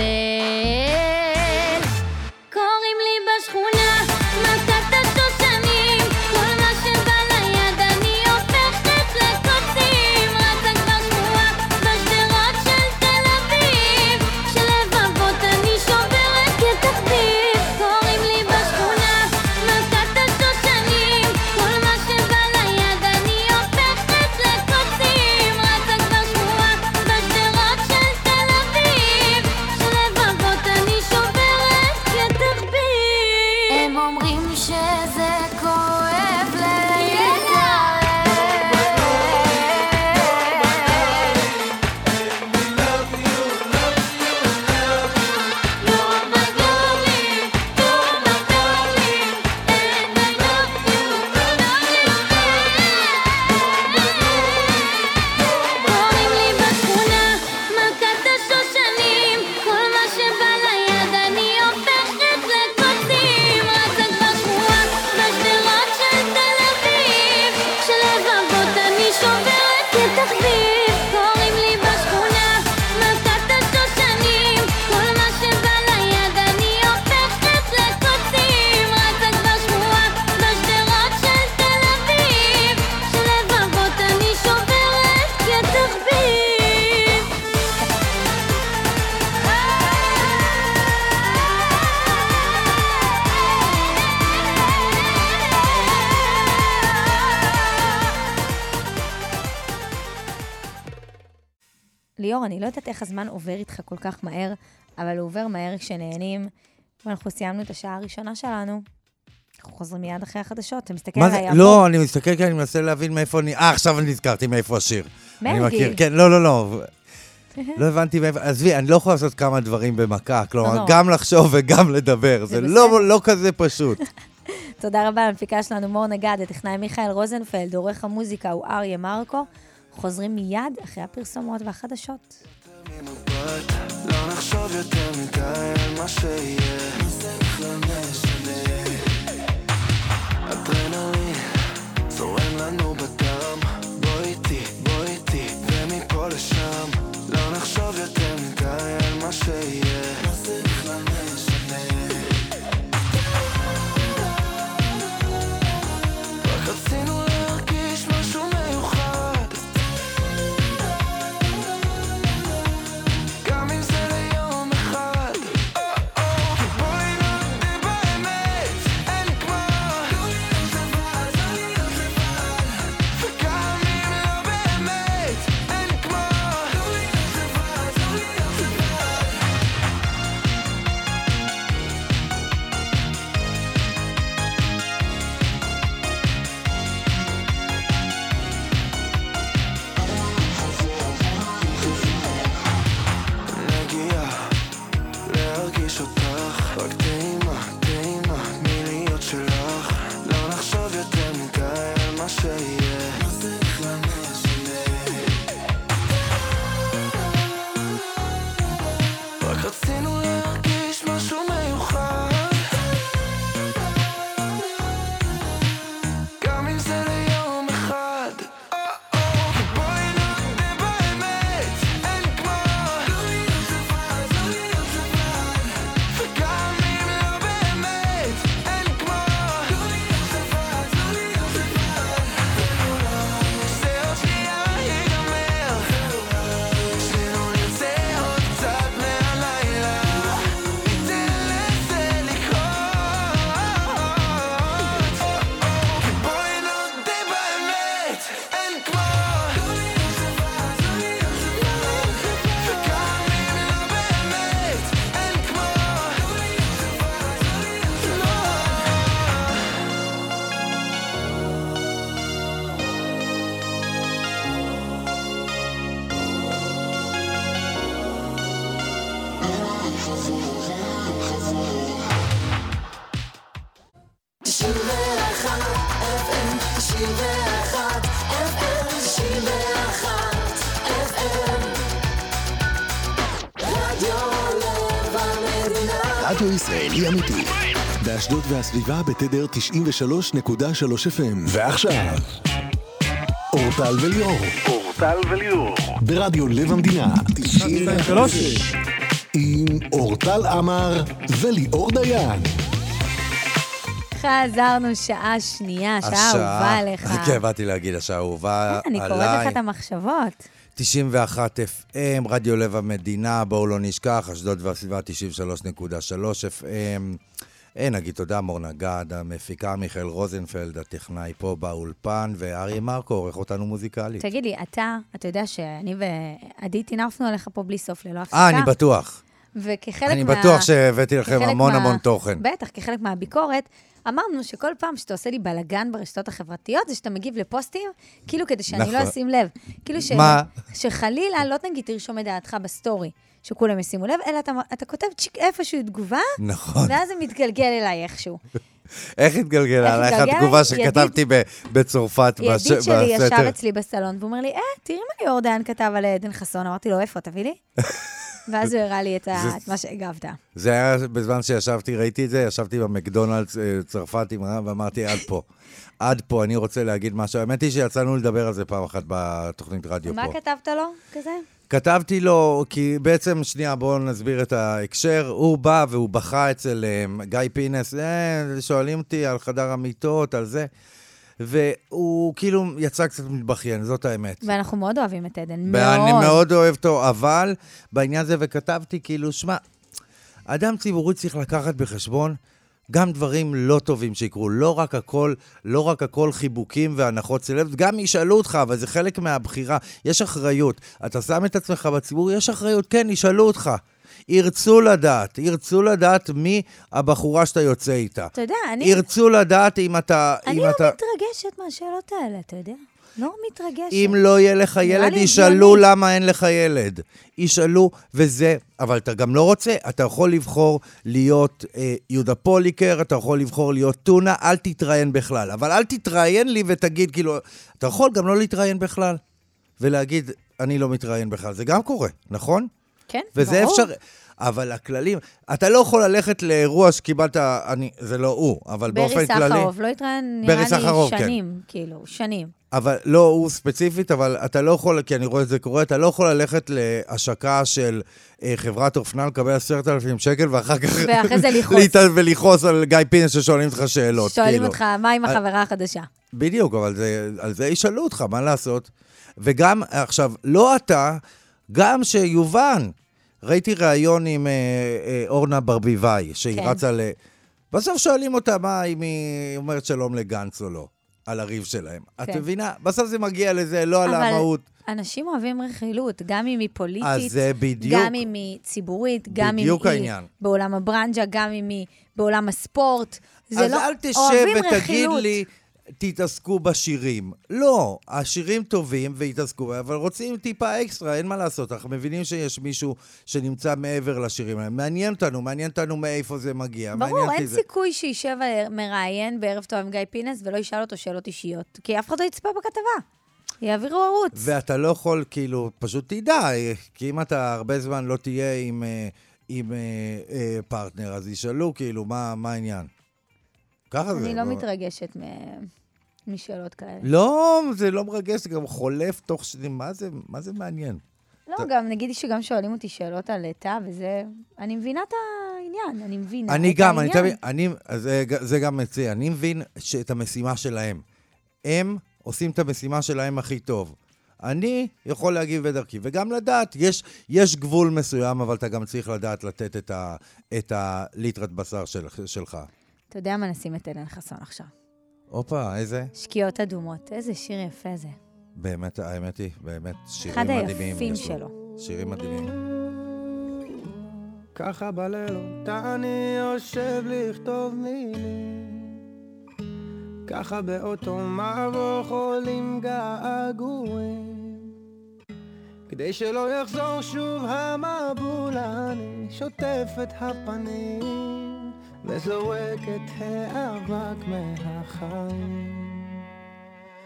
קוראים לי בשכונה מלכת השושנים, כל מה שבא ליד אני הופכת לקוצים, רצה כבר שמועה בשדרות של תל אביב, שלבבות אני שוברת כתחביב. קוראים לי בשכונה מלכת השושנים, כל מה שבא ליד אני הופכת לקוצים, רצה כבר שמועה בשדרות של תל אביב, שלבבות אני שוברת כתחביב. הם אומרים שזה כואב להתערב, You're my darling, you're my darling, and I love you, קוראים לי בשכונה מלכת השושנים, כל מה שבא ליד אני הופכת לקוצים, רצה כבר שמועה בשדרות של תל אביב, שלבבות אני שוברת כתחביב. קוראים לי בשכונה מלכת השושנים, כל מה שבא ליד אני הופכת לקוצים, רצה כבר שמועה בשדרות של תל אביב, שלבבות אני שוברת כתחביב. ליאור, אני לא יודעת איך הזמן עובר איתך כל כך מהר, אבל הוא עובר מהר כשנהנים, ואנחנו סיימנו את השעה הראשונה שלנו. אנחנו חוזרים מיד אחרי החדשות, אתה מסתכל מה זה? עליי. לא, אני מסתכל כי אני מנסה להבין מאיפה אני... אה, עכשיו אני נזכרתי מאיפה השיר. אני מרגי. מכיר, כן, לא, לא, לא. לא הבנתי מאיפה... עזבי, אני לא יכול לעשות כמה דברים במכה, כלומר, לא. גם לחשוב וגם לדבר. זה בסדר. לא לא כזה פשוט. תודה רבה למפיקה שלנו מור נגד, הטכנאי מיכאל רוזנפלד, עורך המוזיקה הוא אריה מרקו. חוזרים מיד אחרי הפרסומות והחדשות. לא נחשוב יותר מדי על מה שיהיה, זה בכלל משנה. אדרנלין זורם לנו בדם, בוא איתי, בוא איתי, ומפה לשם. לא נחשוב יותר מדי על מה שיהיה, זה בכלל משנה. רק רצינו להרגיש משהו מיוחד, רדיו ישראלי אמיתי. באשדוד והסביבה בתדר תשעים ושלוש נקודה שלוש אף אם. ועכשיו, אורטל וליאור. אורטל וליאור. ברדיו לב המדינה. תשעים ושלוש. עם אורטל עמר וליאור דיין. חזרנו שעה שנייה, שעה אהובה עליך. כן, באתי להגיד, השעה אהובה עליי. אני קוראת לך את המחשבות. תשעים ואחת אף אם, רדיו לב המדינה, בואו לא נשכח, אשדוד והסביבה תשעים ושלוש נקודה שלוש אף אם. אין, נגיד תודה, מור נגד, המפיקה מיכאל רוזנפלד, הטכנאי פה באולפן, ואריה מרקו עורך אותנו מוזיקלית. תגיד לי, אתה, אתה יודע שאני ועדי תינפנו עליך פה בלי סוף ללא הפסקה? אה, אני בטוח. וכחלק אני מה... בטוח שהבאתי לכם המון מה... המון תוכן. בטח, כחלק מהביקורת, אמרנו שכל פעם שאתה עושה לי בלגן ברשתות החברתיות, זה שאתה מגיב לפוסטים, כאילו כדי שאני נכון. לא אשים לב. כאילו ש... מה? שחלילה לא תגיד תרשום את דעתך בסטורי, שכולם ישימו לב, אלא אתה, אתה כותב צ'יק איפשהו תגובה, נכון. ואז זה מתגלגל אליי איכשהו. איך התגלגל עליך התגובה שכתבתי בצרפת בסתר? ידיד שלי ישב אצלי בסלון, והוא אומר לי, אה, תראי מה ליאור דיין כתב על עדן חסון. אמרתי לו, איפה, תביא לי? ואז הוא הראה לי את מה שהגבת. זה היה בזמן שישבתי, ראיתי את זה, ישבתי במקדונלדס צרפת עם רב, ואמרתי, עד פה. עד פה, אני רוצה להגיד משהו. האמת היא שיצאנו לדבר על זה פעם אחת בתוכנית רדיו פה. מה כתבת לו כזה? כתבתי לו, כי בעצם, שנייה, בואו נסביר את ההקשר. הוא בא והוא בכה אצל גיא פינס, אה, שואלים אותי על חדר המיטות, על זה. והוא כאילו יצא קצת מתבכיין, זאת האמת. ואנחנו מאוד אוהבים את עדן, מאוד. אני מאוד אוהב אותו, אבל בעניין זה וכתבתי כאילו, שמה, אדם ציבורי צריך לקחת בחשבון גם דברים לא טובים שיקרו, לא רק הכל, לא רק הכל חיבוקים והנחות סלב, גם ישאלו אותך, אבל זה חלק מהבחירה, יש אחריות. אתה שם את עצמך בציבור, יש אחריות, כן, ישאלו אותך. ירצו לדעת, ירצו לדעת מי הבחורה שאתה יוצא איתה. אתה יודע, אני... ירצו לדעת אם אתה... אני אם לא אתה... מתרגשת מהשאלות האלה, אתה יודע? לא מתרגשת. אם לא יהיה לך ילד, ישאלו למה אין לך ילד. ישאלו, וזה... אבל אתה גם לא רוצה, אתה יכול לבחור להיות אה, יהודה פוליקר, אתה יכול לבחור להיות טונה, אל תתראיין בכלל. אבל אל תתראיין לי ותגיד, כאילו... אתה יכול גם לא להתראיין בכלל. ולהגיד, אני לא מתראיין בכלל. זה גם קורה, נכון? כן, וזה ברור. אפשר, אבל הכללים, אתה לא יכול ללכת לאירוע שקיבלת, אני, זה לא הוא, אבל באופן כללי... ברי סחרוב, לא התראיין, נראה לי שנים, כן. כאילו, שנים. אבל לא הוא ספציפית, אבל אתה לא יכול, כי אני רואה את זה קורה, אתה לא יכול ללכת להשקה של אה, חברת אופנה, לקבל עשרת אלפים שקל, ואחר כך... ואחרי זה לכעוס. ולכעוס על גיא פינס ששואלים אותך שאלות. שואלים כאילו. אותך, מה עם החברה החדשה? בדיוק, אבל זה, על זה ישאלו אותך, מה לעשות? וגם, עכשיו, לא אתה, גם שיובן, ראיתי ראיון עם אה, אה, אורנה ברביבאי, שהיא כן. רצה ל... בסוף שואלים אותה מה, אם היא אומרת שלום לגנץ או לא, על הריב שלהם. כן. את מבינה? בסוף זה מגיע לזה, לא על המהות. אבל אנשים אוהבים רכילות, גם אם היא פוליטית, אז זה בדיוק. גם אם היא ציבורית, גם אם בדיוק היא העניין. בעולם הברנג'ה, גם אם היא בעולם הספורט. זה אז לא... אל תשב ותגיד לי... תתעסקו בשירים. לא, השירים טובים והתעסקו, אבל רוצים טיפה אקסטרה, אין מה לעשות. אנחנו מבינים שיש מישהו שנמצא מעבר לשירים האלה. מעניין אותנו, מעניין אותנו מאיפה זה מגיע. ברור, אין זה... סיכוי שישב מראיין בערב טוב עם גיא פינס ולא ישאל אותו שאלות אישיות, כי אף אחד לא יצפה בכתבה. יעבירו ערוץ. ואתה לא יכול, כאילו, פשוט תדע, כי אם אתה הרבה זמן לא תהיה עם, עם, עם פרטנר, אז ישאלו, כאילו, מה, מה העניין? ככה זה. אני לא מתרגשת מ... משאלות כאלה. לא, זה לא מרגש, זה גם חולף תוך שנים. מה זה, מה זה מעניין? לא, גם נגיד שגם שואלים אותי שאלות על תא, וזה... אני מבינה את העניין, אני מבינה אני את גם, העניין. אני אני, זה, זה גם מציע, אני מבין את המשימה שלהם. הם עושים את המשימה שלהם הכי טוב. אני יכול להגיב בדרכי, וגם לדעת, יש, יש גבול מסוים, אבל אתה גם צריך לדעת לתת את, ה, את הליטרת בשר של, שלך. אתה יודע מה נשים את עדן חסון עכשיו? אופה, איזה? שקיעות אדומות. איזה שיר יפה זה. באמת, האמת היא, באמת, שירים אחד מדהימים. אחד היפים שלו. שירים מדהימים. ככה בלילות אני יושב לכתוב מילים, ככה באותו מבוך עולים געגועים, כדי שלא יחזור שוב המבול אני שוטף את הפנים וזורק את האבק מהחיים,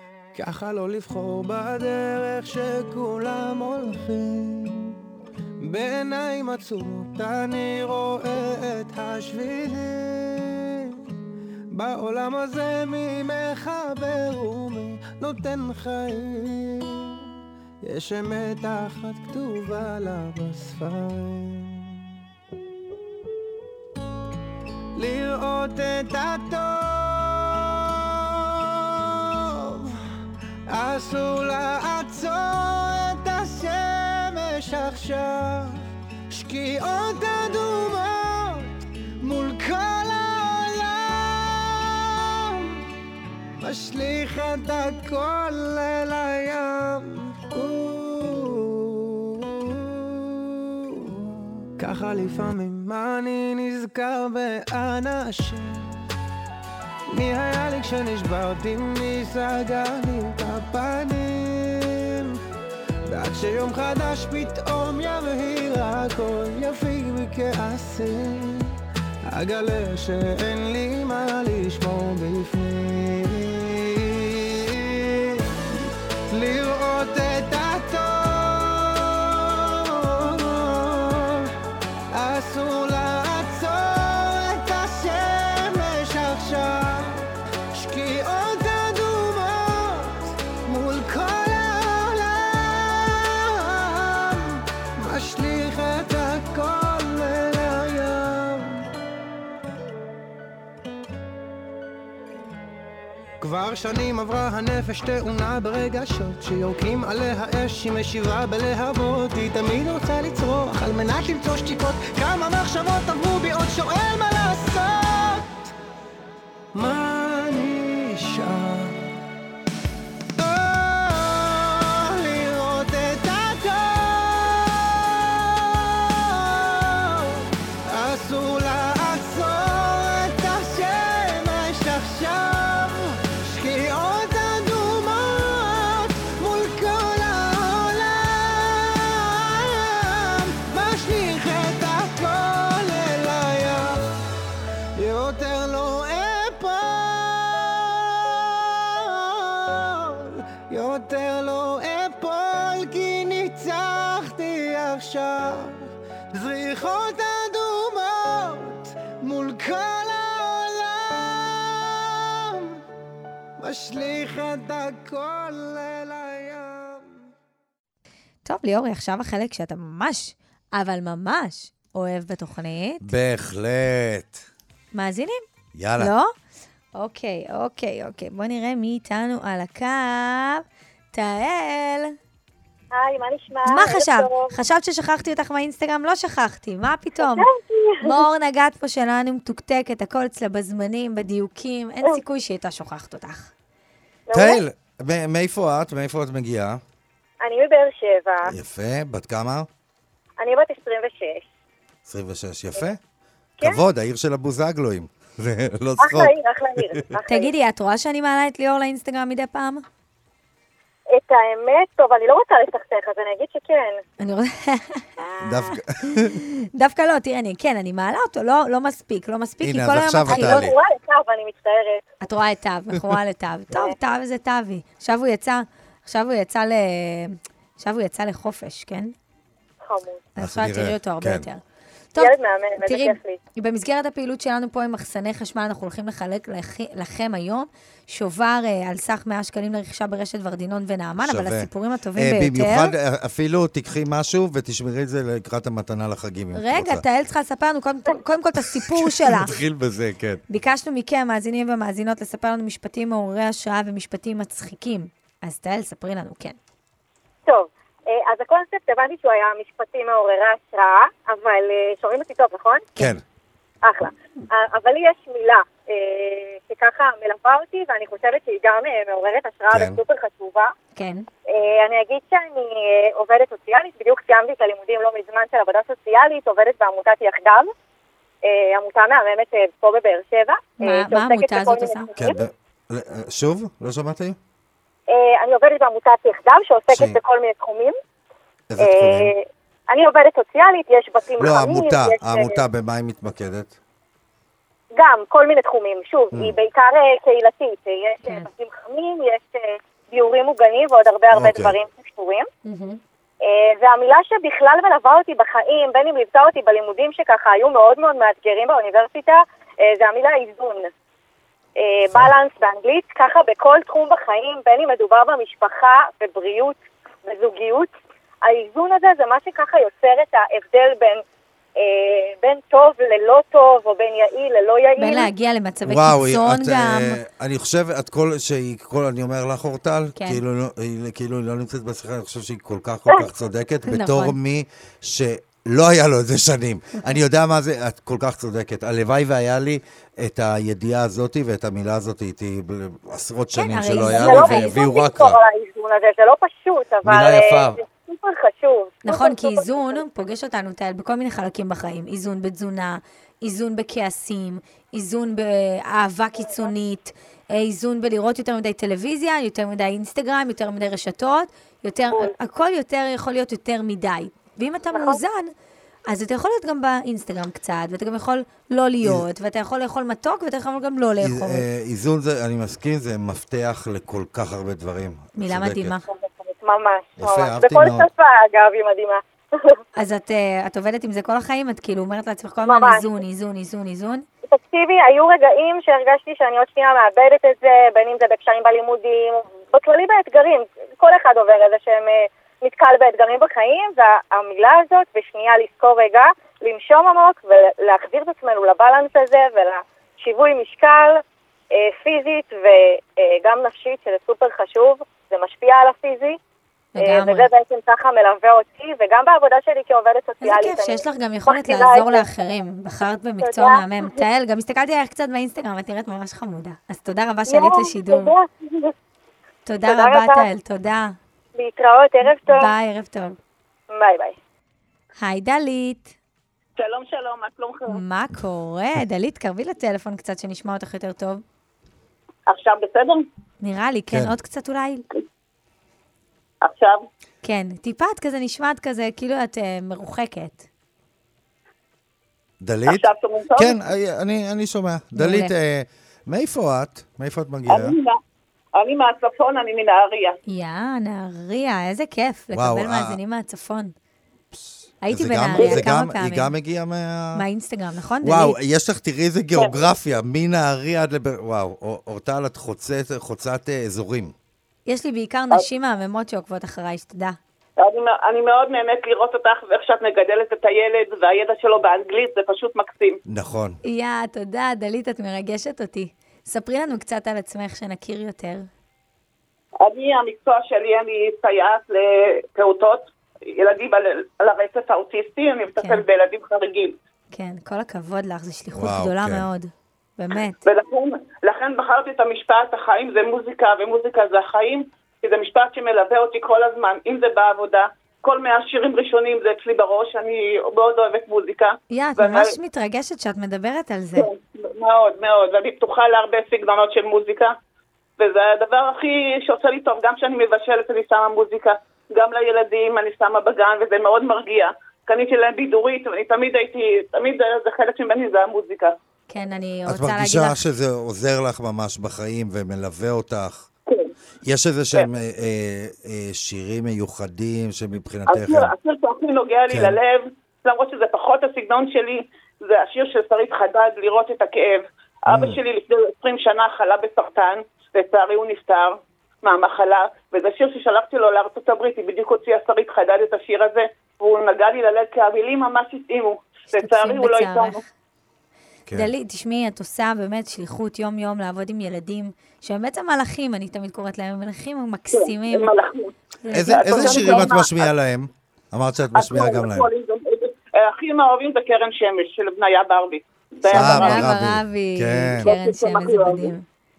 ככה לא לבחור בדרך שכולם הולכים, בעיניים עצומות אני רואה את השבילים, בעולם הזה מי מחבר ומי נותן חיים, יש אמת אחת כתובה לה בספרים, לראות את הטוב אסור לעצור את השמש עכשיו, שקיעות אדומות מול כל העולם, משליך את הכל אל הים, ככה לפעמים אני נזכר באנשים, מי היה לי כשנשברתי, מי סגר לי את הפנים, ועד שיום חדש פתאום יבהיר הכל יפיג מכעסים, אגלה שאין לי מה לשמור בפנים, לראות את הטוב אסור לעצור את השמש עכשיו, שקיעות אדומות מול כל העולם, משליך את הכל אל הים, כבר שנים עברה הנפש תאונה ברגשות שיורקים עליה אש, היא משיבה בלהבות, היא תמיד רוצה לצרוח על מנת למצוא שתיקות, כמה מחשבות עברו בי עוד שואל מה לעשות, מה נשאר? לראות את הטוב אסור לעצור את השמש עכשיו, שקיעות אדומות מול כל העולם, משליך את הכל אל הים, יותר לא אפול, יותר לא אפול, כי ניצחתי עכשיו, זריחות אדומות מול כל העולם, משליך את הכל אל הים. טוב, ליאורי, עכשיו החלק שאתה ממש, אבל ממש אוהב בתוכנית. בהחלט. מאזינים? יאללה. לא? אוקיי, אוקיי, אוקיי. בוא נראה מי איתנו על הקו. תהל. היי, מה נשמע? מה חשבת? חשבת ששכחתי אותך מהאינסטגרם? לא שכחתי, מה פתאום? מור נגעת פה שלנו מתוקתקת, הכל אצלה בזמנים, בדיוקים, אין סיכוי שהיא הייתה שוכחת אותך. תהל, מאיפה את? מאיפה את מגיעה? אני מבאר שבע. יפה, בת כמה? אני בת עשרים ושש. עשרים ושש, יפה. כן. כבוד, העיר של הבוזגלואים. זה לא צחוק. אחלה עיר, אחלה עיר. תגידי, את רואה שאני מעלה את ליאור לאינסטגרם מדי פעם? את האמת, טוב, אני לא רוצה לסכסך, אז אני אגיד שכן. אני רוצה... דווקא... דווקא לא, תראה, אני, כן, אני מעלה אותו, לא, לא מספיק, לא מספיק, הנה, כי כל אז היום עכשיו מתחילות... את תעלי. אני רואה את טב, אני מצטערת. את רואה את טב, מכורה לטב. טוב, טב זה טבי. עכשיו הוא יצא, עכשיו הוא יצא ל... עכשיו הוא יצא לחופש, כן? חמוד. אז עכשיו תראי אותו הרבה כן. יותר. טוב, ילד מהמם, איזה תראי, כיף לי. במסגרת הפעילות שלנו פה עם מחסני חשמל, אנחנו הולכים לחלק לכ- לכם היום שובר אה, על סך מאה שקלים לרכישה ברשת ורדינון ונעמן, אבל שווה. הסיפורים הטובים אה, ביותר... במיוחד, אה, אפילו תיקחי משהו ותשמרי את זה לקראת המתנה לחגים. אם את רגע, רוצה. תהל צריכה לספר לנו קודם, קודם כל את הסיפור שלה. נתחיל בזה, כן. ביקשנו מכם, מאזינים ומאזינות, לספר לנו משפטים מעוררי השראה ומשפטים מצחיקים. אז תהל, ספרי לנו, כן. טוב, אז הקונספט, הבנתי שהוא היה משפטים מעוררי השראה, אבל שומעים אותי טוב, נכון? כן. אחלה. אבל לי יש מילה שככה מלווה אותי, ואני חושבת שהיא גם מעוררת השראה וסופר חשובה. כן. אני אגיד שאני עובדת סוציאלית, בדיוק סיימתי את הלימודים לא מזמן של עבודה סוציאלית, עובדת בעמותת יחדיו, עמותה מהממת פה בבאר שבע. מה העמותה הזאת עושה? כן, שוב? לא שמעתי? אני עובדת בעמותת יחדיו, שעוסקת בכל מיני תחומים. איזה תחומים? אני עובדת סוציאלית, יש בתים חמים. לא, העמותה, העמותה במה היא מתמקדת? גם, כל מיני תחומים. שוב, היא בעיקר קהילתית. יש בתים חמים, יש דיורים מוגנים ועוד הרבה הרבה דברים שקשורים. זה המילה שבכלל מלווה אותי בחיים, בין אם ליוותה אותי בלימודים שככה היו מאוד מאוד מאתגרים באוניברסיטה, זה המילה איזון. בלנס באנגלית, ככה בכל תחום בחיים, בין אם מדובר במשפחה, בבריאות, בזוגיות, האיזון הזה זה מה שככה יוצר את ההבדל בין בין טוב ללא טוב, או בין יעיל ללא יעיל. בין להגיע למצבי וואו, קיצון את, גם. Uh, אני חושב, את כל, שהיא, כל, אני אומר לך, אורטל, כן. כאילו, כאילו היא לא נמצאת בשיחה, אני חושב שהיא כל כך, כל כך צודקת, בתור מי שלא היה לו את זה שנים. אני יודע מה זה, את כל כך צודקת. הלוואי והיה לי את הידיעה הזאת ואת המילה הזאת איתי עשרות שנים שלא היה לי, והביאו רק רע. זה לא פשוט, אבל... מילה יפה. סופר חשוב. נכון, כי איזון פוגש אותנו טל בכל מיני חלקים בחיים. איזון בתזונה, איזון בכעסים, איזון באהבה קיצונית, איזון בלראות יותר מדי טלוויזיה, יותר מדי אינסטגרם, יותר מדי רשתות, יותר, הכל יותר יכול להיות יותר מדי. ואם אתה מאוזן, אז אתה יכול להיות גם באינסטגרם קצת, ואתה גם יכול לא להיות, ואתה יכול לאכול מתוק, ואתה יכול גם לא לאכול. איזון זה, אני מסכים, זה מפתח לכל כך הרבה דברים. מילה מדהימה. ממש, יפה, ממש. אהבתי בכל מאוד. שפה, אגב, היא מדהימה. אז את, את עובדת עם זה כל החיים? את כאילו אומרת לעצמך כל הזמן איזון, איזון, איזון, איזון? תקשיבי, היו רגעים שהרגשתי שאני עוד שנייה מאבדת את זה, בין אם זה בקשיים בלימודים, בכללי באתגרים. כל אחד עובר איזה שהם נתקל באתגרים בחיים, והמילה הזאת, בשנייה לזכור רגע, לנשום עמוק ולהחזיר את עצמנו לבלנס הזה ולשיווי משקל פיזית וגם נפשית, שזה סופר חשוב, זה משפיע על הפיזי. וזה בעצם ככה מלווה אותי, וגם בעבודה שלי כעובדת סוציאלית. איזה כיף שיש לך גם יכולת לעזור לאחרים. בחרת במקצוע מהמם. תהל, גם הסתכלתי עליך קצת באינסטגרם, את נראית ממש חמודה. אז תודה רבה שעלית לשידור. תודה רבה, תהל, תודה. להתראות, ערב טוב. ביי, ערב טוב. ביי ביי. היי דלית. שלום שלום, מה שלומך? מה קורה? דלית, קרבי לטלפון קצת שנשמע אותך יותר טוב. עכשיו בסדר? נראה לי, כן, עוד קצת אולי. עכשיו? כן, טיפה את כזה נשמעת כזה, כאילו את uh, מרוחקת. דלית? עכשיו שומעים טוב? כן, אני, אני שומע. דלית, uh, מאיפה את? מאיפה את מגיעה? אני, אני מהצפון, אני מנהריה. יא, נהריה, איזה כיף וואו, לקבל אה, מאזינים מהצפון. הייתי זה בנהריה גם, זה כמה גם, פעמים. היא גם הגיעה מה... מהאינסטגרם, נכון? וואו, דלית? יש לך, תראי איזה גיאוגרפיה, מנהריה עד לבר... וואו, אורטל, את חוצת, חוצת אזורים. יש לי בעיקר נשים מהממות שעוקבות אחריי, שתדע. אני, אני מאוד נהנית לראות אותך ואיך שאת מגדלת את הילד, והידע שלו באנגלית, זה פשוט מקסים. נכון. יא, תודה, דלית, את מרגשת אותי. ספרי לנו קצת על עצמך שנכיר יותר. אני, המקצוע שלי, אני סייעת לפעוטות, ילדים על, על הרצף האוטיסטי, אני מטפל כן. בילדים חריגים. כן, כל הכבוד לך, זו שליחות וואו, גדולה כן. מאוד. באמת. ולכן לכן בחרתי את המשפט, החיים זה מוזיקה, ומוזיקה זה החיים, כי זה משפט שמלווה אותי כל הזמן, אם זה בעבודה, כל מהשירים ראשונים זה אצלי בראש, אני מאוד אוהבת מוזיקה. יא, את ואני... ממש מתרגשת שאת מדברת על זה. כן, מאוד, מאוד, ואני פתוחה להרבה סגנונות של מוזיקה, וזה הדבר הכי שעושה לי טוב, גם כשאני מבשלת אני שמה מוזיקה, גם לילדים אני שמה בגן, וזה מאוד מרגיע. קניתי להם בידורית, ואני תמיד הייתי, תמיד זה חלק ממני, זה המוזיקה. כן, אני רוצה את להגיד לך... מרגישה שזה עוזר לך ממש בחיים ומלווה אותך? כן. יש איזה שהם כן. אה, אה, שירים מיוחדים שמבחינתך... השיר, השיר שהכי נוגע לי כן. ללב, למרות שזה פחות הסגנון שלי, זה השיר של שרית חדד, לראות את הכאב. Mm. אבא שלי לפני עשרים שנה חלה בסרטן, לצערי הוא נפטר מהמחלה, וזה שיר ששלחתי לו לארצות הברית, היא בדיוק הוציאה שרית חדד את השיר הזה, והוא נגע לי ללב כי המילים ממש התאימו. לצערי הוא לא איתנו. כן. דלית, תשמעי, את עושה באמת שליחות יום-יום לעבוד עם ילדים, שהם בעצם מלאכים, אני תמיד קוראת להם, מלאכים מקסימים. כן, מלאכים. איזה, איזה שירים את משמיעה להם? אמרת שאת משמיעה גם להם. הכי מאוהבים זה קרן שמש, של בניה ברבי. אה, ברבי. כן. קרן שמש, זה מדהים.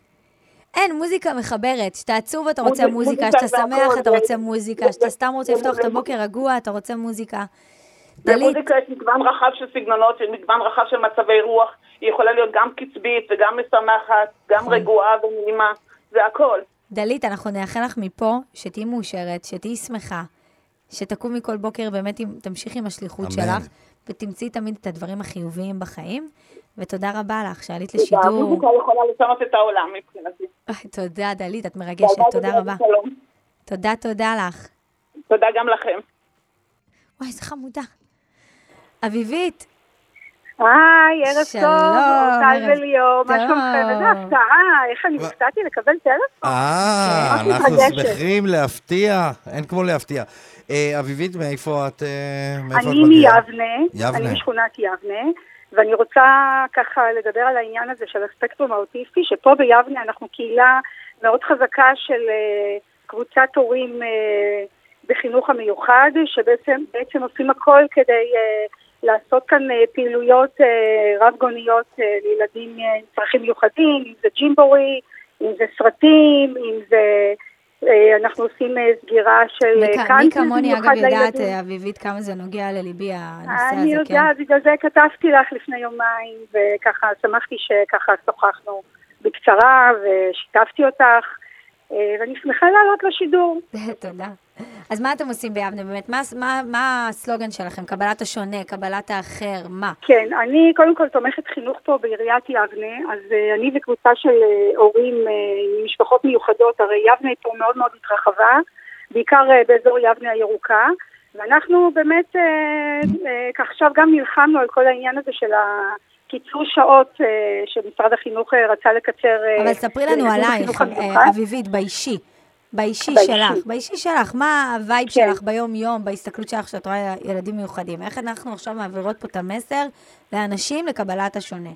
אין, מוזיקה מחברת. שאתה עצוב אתה רוצה מוזיקה, שאתה שמח אתה רוצה מוזיקה, שאתה סתם רוצה לפתוח את הבוקר רגוע, אתה רוצה מוזיקה. במוזיקה יש מגוון רחב של סגנונות, מגוון רחב של מצבי רוח, היא יכולה להיות גם קצבית וגם משמחת, גם רגועה ונעימה, זה הכל. דלית, אנחנו נאחל לך מפה שתהי מאושרת, שתהי שמחה, שתקום מכל בוקר באמת תמשיך עם השליחות שלך, ותמצאי תמיד את הדברים החיוביים בחיים, ותודה רבה לך שעלית לשידור. המוזיקה יכולה לשנות את העולם מבחינתי. תודה דלית, את מרגשת, תודה רבה. תודה, תודה לך. תודה גם לכם. וואי, איזה חמודה. אביבית. היי, ערב שלום, טוב, טל ערב וליאור, מה טוב. שלומכם? איזה הפתעה, איך אני הופתעתי לקבל טלפון. אה, ממש אנחנו מתרגשת. שמחים להפתיע, אין כמו להפתיע. אה, אביבית, מאיפה את אה, מאיפה את אני מגיעה? מיבנה, יבנה. אני משכונת יבנה, ואני רוצה ככה לדבר על העניין הזה של הספקטרום האוטיסטי, שפה ביבנה אנחנו קהילה מאוד חזקה של אה, קבוצת הורים אה, בחינוך המיוחד, שבעצם בעצם עושים הכל כדי אה, לעשות כאן אה, פעילויות אה, רב-גוניות אה, לילדים אה, עם צרכים מיוחדים, אם זה ג'ימבורי, אם זה סרטים, אם זה... אה, אנחנו עושים אה, סגירה של אה, וכ- מי כמוני, אגב, יודעת, אה, אביבית, כמה זה נוגע לליבי, הנושא הזה, כן? אני יודעת, בגלל זה כתבתי לך לפני יומיים, וככה שמחתי שככה שוחחנו בקצרה, ושיתפתי אותך, אה, ואני שמחה לעלות לשידור. תודה. אז מה אתם עושים ביבנה באמת? מה, מה, מה הסלוגן שלכם? קבלת השונה, קבלת האחר, מה? כן, אני קודם כל תומכת חינוך פה בעיריית יבנה, אז uh, אני וקבוצה של uh, הורים uh, ממשפחות מיוחדות, הרי יבנה פה מאוד מאוד התרחבה, בעיקר uh, באזור יבנה הירוקה, ואנחנו באמת uh, uh, עכשיו גם נלחמנו על כל העניין הזה של קיצור שעות uh, שמשרד החינוך uh, רצה לקצר. Uh, אבל ספרי לנו עלייך, uh, אביבית, באישי. באישי שלך, באישי שלך, מה הווייב שלך ביום יום, בהסתכלות שלך שאת רואה ילדים מיוחדים? איך אנחנו עכשיו מעבירות פה את המסר לאנשים לקבלת השונה?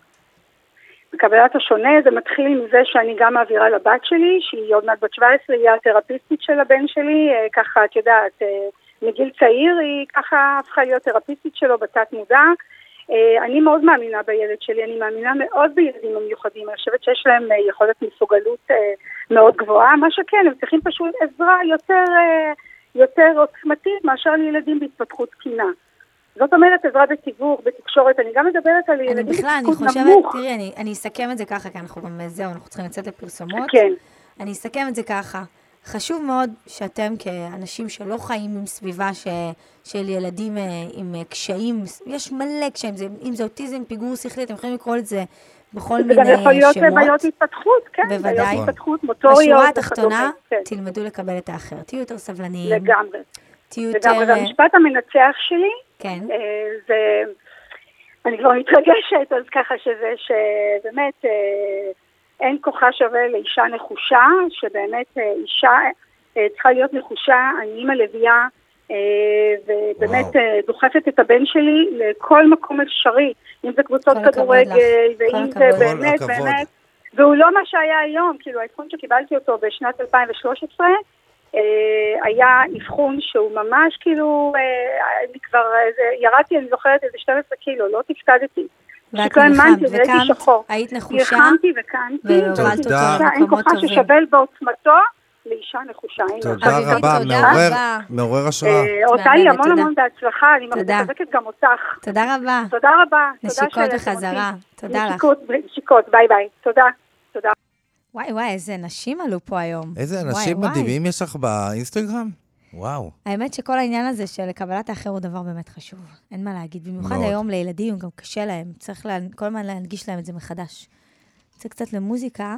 בקבלת השונה זה מתחיל מזה שאני גם מעבירה לבת שלי, שהיא עוד מעט בת שבע עשרה, היא התרפיסטית של הבן שלי, ככה את יודעת, מגיל צעיר היא ככה הפכה להיות תרפיסטית שלו בתת מודע. אני מאוד מאמינה בילד שלי, אני מאמינה מאוד בילדים המיוחדים, אני חושבת שיש להם יכולת מסוגלות מאוד גבוהה, מה שכן, הם צריכים פשוט עזרה יותר, יותר עוצמתית מאשר לילדים בהתפתחות תקינה. זאת אומרת, עזרה בתיווך, בתקשורת, אני גם מדברת על ילדים בתפקוד נמוך. אני חושבת, תראי, אני, אני אסכם את זה ככה, כי אנחנו גם זהו, אנחנו צריכים לצאת לפרסומות. כן. אני אסכם את זה ככה. חשוב מאוד שאתם כאנשים שלא חיים עם סביבה ש, של ילדים עם קשיים, יש מלא קשיים, זה, אם זה אוטיזם, פיגור שכלי, אתם יכולים לקרוא את זה בכל מיני שמות. זה גם יכול להיות בעיות התפתחות, כן. בוודאי. בעיות התפתחות, מוטוריות. בשורה התחתונה, כן. תלמדו לקבל את האחר. תהיו יותר סבלניים. לגמרי. תהיו לגמרי. יותר... והמשפט המנצח שלי, כן. זה, אני כבר מתרגשת, אז ככה שזה, שבאמת, אין כוחה שווה לאישה נחושה, שבאמת אישה צריכה להיות נחושה, אני אימא לביאה, ובאמת דוחפת את הבן שלי לכל מקום אפשרי, אם זה קבוצות כדורגל, ואם זה באמת, באמת, והוא לא מה שהיה היום, כאילו האבחון שקיבלתי אותו בשנת אלפיים ושלוש עשרה, היה אבחון שהוא ממש כאילו, אני כבר, ירדתי, אני זוכרת איזה שתים עשרה קילו, לא תפקדתי. ואת נלחמת וקמת, היית נחושה, נלחמתי וקמתי, והובלת אותו אין כוחה ששבל בעוצמתו לאישה נחושה. תודה רבה, מעורר השראה. אותי המון המון בהצלחה, אני מחזקת גם אותך. תודה רבה. תודה רבה. נשיקות וחזרה. תודה לך. נשיקות, ביי ביי. תודה. תודה. וואי וואי, איזה נשים עלו פה היום. איזה אנשים מדהימים יש לך באינסטגרם? וואו. האמת שכל העניין הזה של קבלת האחר הוא דבר באמת חשוב. אין מה להגיד. במיוחד היום לילדים גם קשה להם. צריך כל הזמן להנגיש להם את זה מחדש. זה קצת למוזיקה.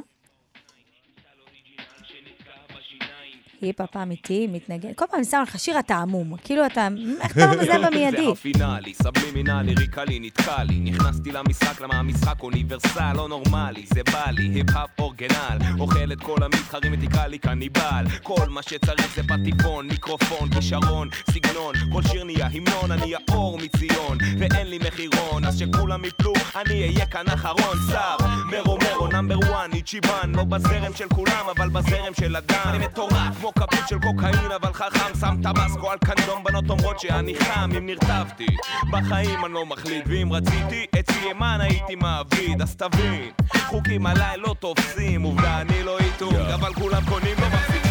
היפ-אפ אמיתי, מתנגן. כל פעם אני שם לך שיר התעמום. כאילו אתה, איך אתה לא מזהה במיידי? זה הפינלי, סבלימינלי, ריקלי, נתקלי. נכנסתי למשחק, למה המשחק אוניברסל, לא נורמלי. זה בא לי, היפ-אפ אורגנל. אוכל את כל המתחרים ותקרא לי קניבל. כל מה שצריך זה פטיפון, מיקרופון, כישרון, סגנון. כל שיר נהיה המנון, אני האור מציון. ואין לי מחירון, אז שכולם יפלו, אני אהיה כאן אחרון. שר, מרו מרו, נאמבר וואן, איצ'יבן. לא בזרם של כולם, אבל בזרם של אדם. אני מטורף, כמו כפית של קוקאין, אבל חכם שם טבסקו על קנדום, בנות אומרות שאני חם אם נרטבתי. בחיים אני לא מחליט, ואם רציתי את סיימן הייתי מעביד, אז תבין, חוקים עליי לא תופסים, עובדה אני לא איתון, אבל כולם קונים לא מפסיקים.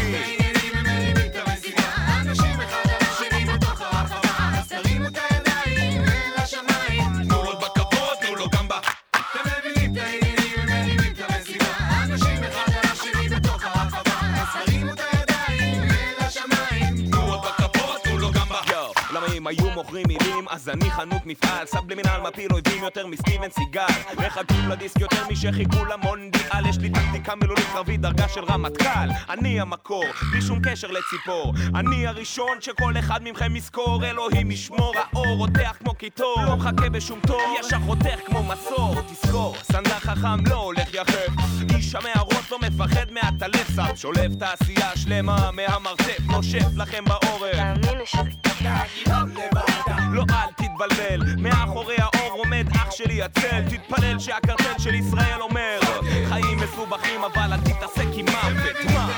אם היו מוכרים מילים אז אני חנות מפעל סבלימינל מפיל אויבים יותר מסטיבן סיגל מחכים לדיסק יותר משחיכו למונדיאל יש לי טקטיקה מילולית קרבית דרגה של רמטכ"ל אני המקור, בלי שום קשר לציפור אני הראשון שכל אחד מכם יזכור אלוהים ישמור האור רותח כמו קיטור לא מחכה בשום תור ישר רותח כמו מסור תזכור סנדק חכם לא הולך יחף איש המערות לא מפחד מהטלף שם שולף תעשייה שלמה מהמרתף נושף לכם בעורף תאמינו שזה לא אל תתבלבל מאחורי האור עומד אח שלי הצל תתפלל שהקרטל של ישראל אומר חיים מסובכים אבל אל תתעסק עם מוות מה?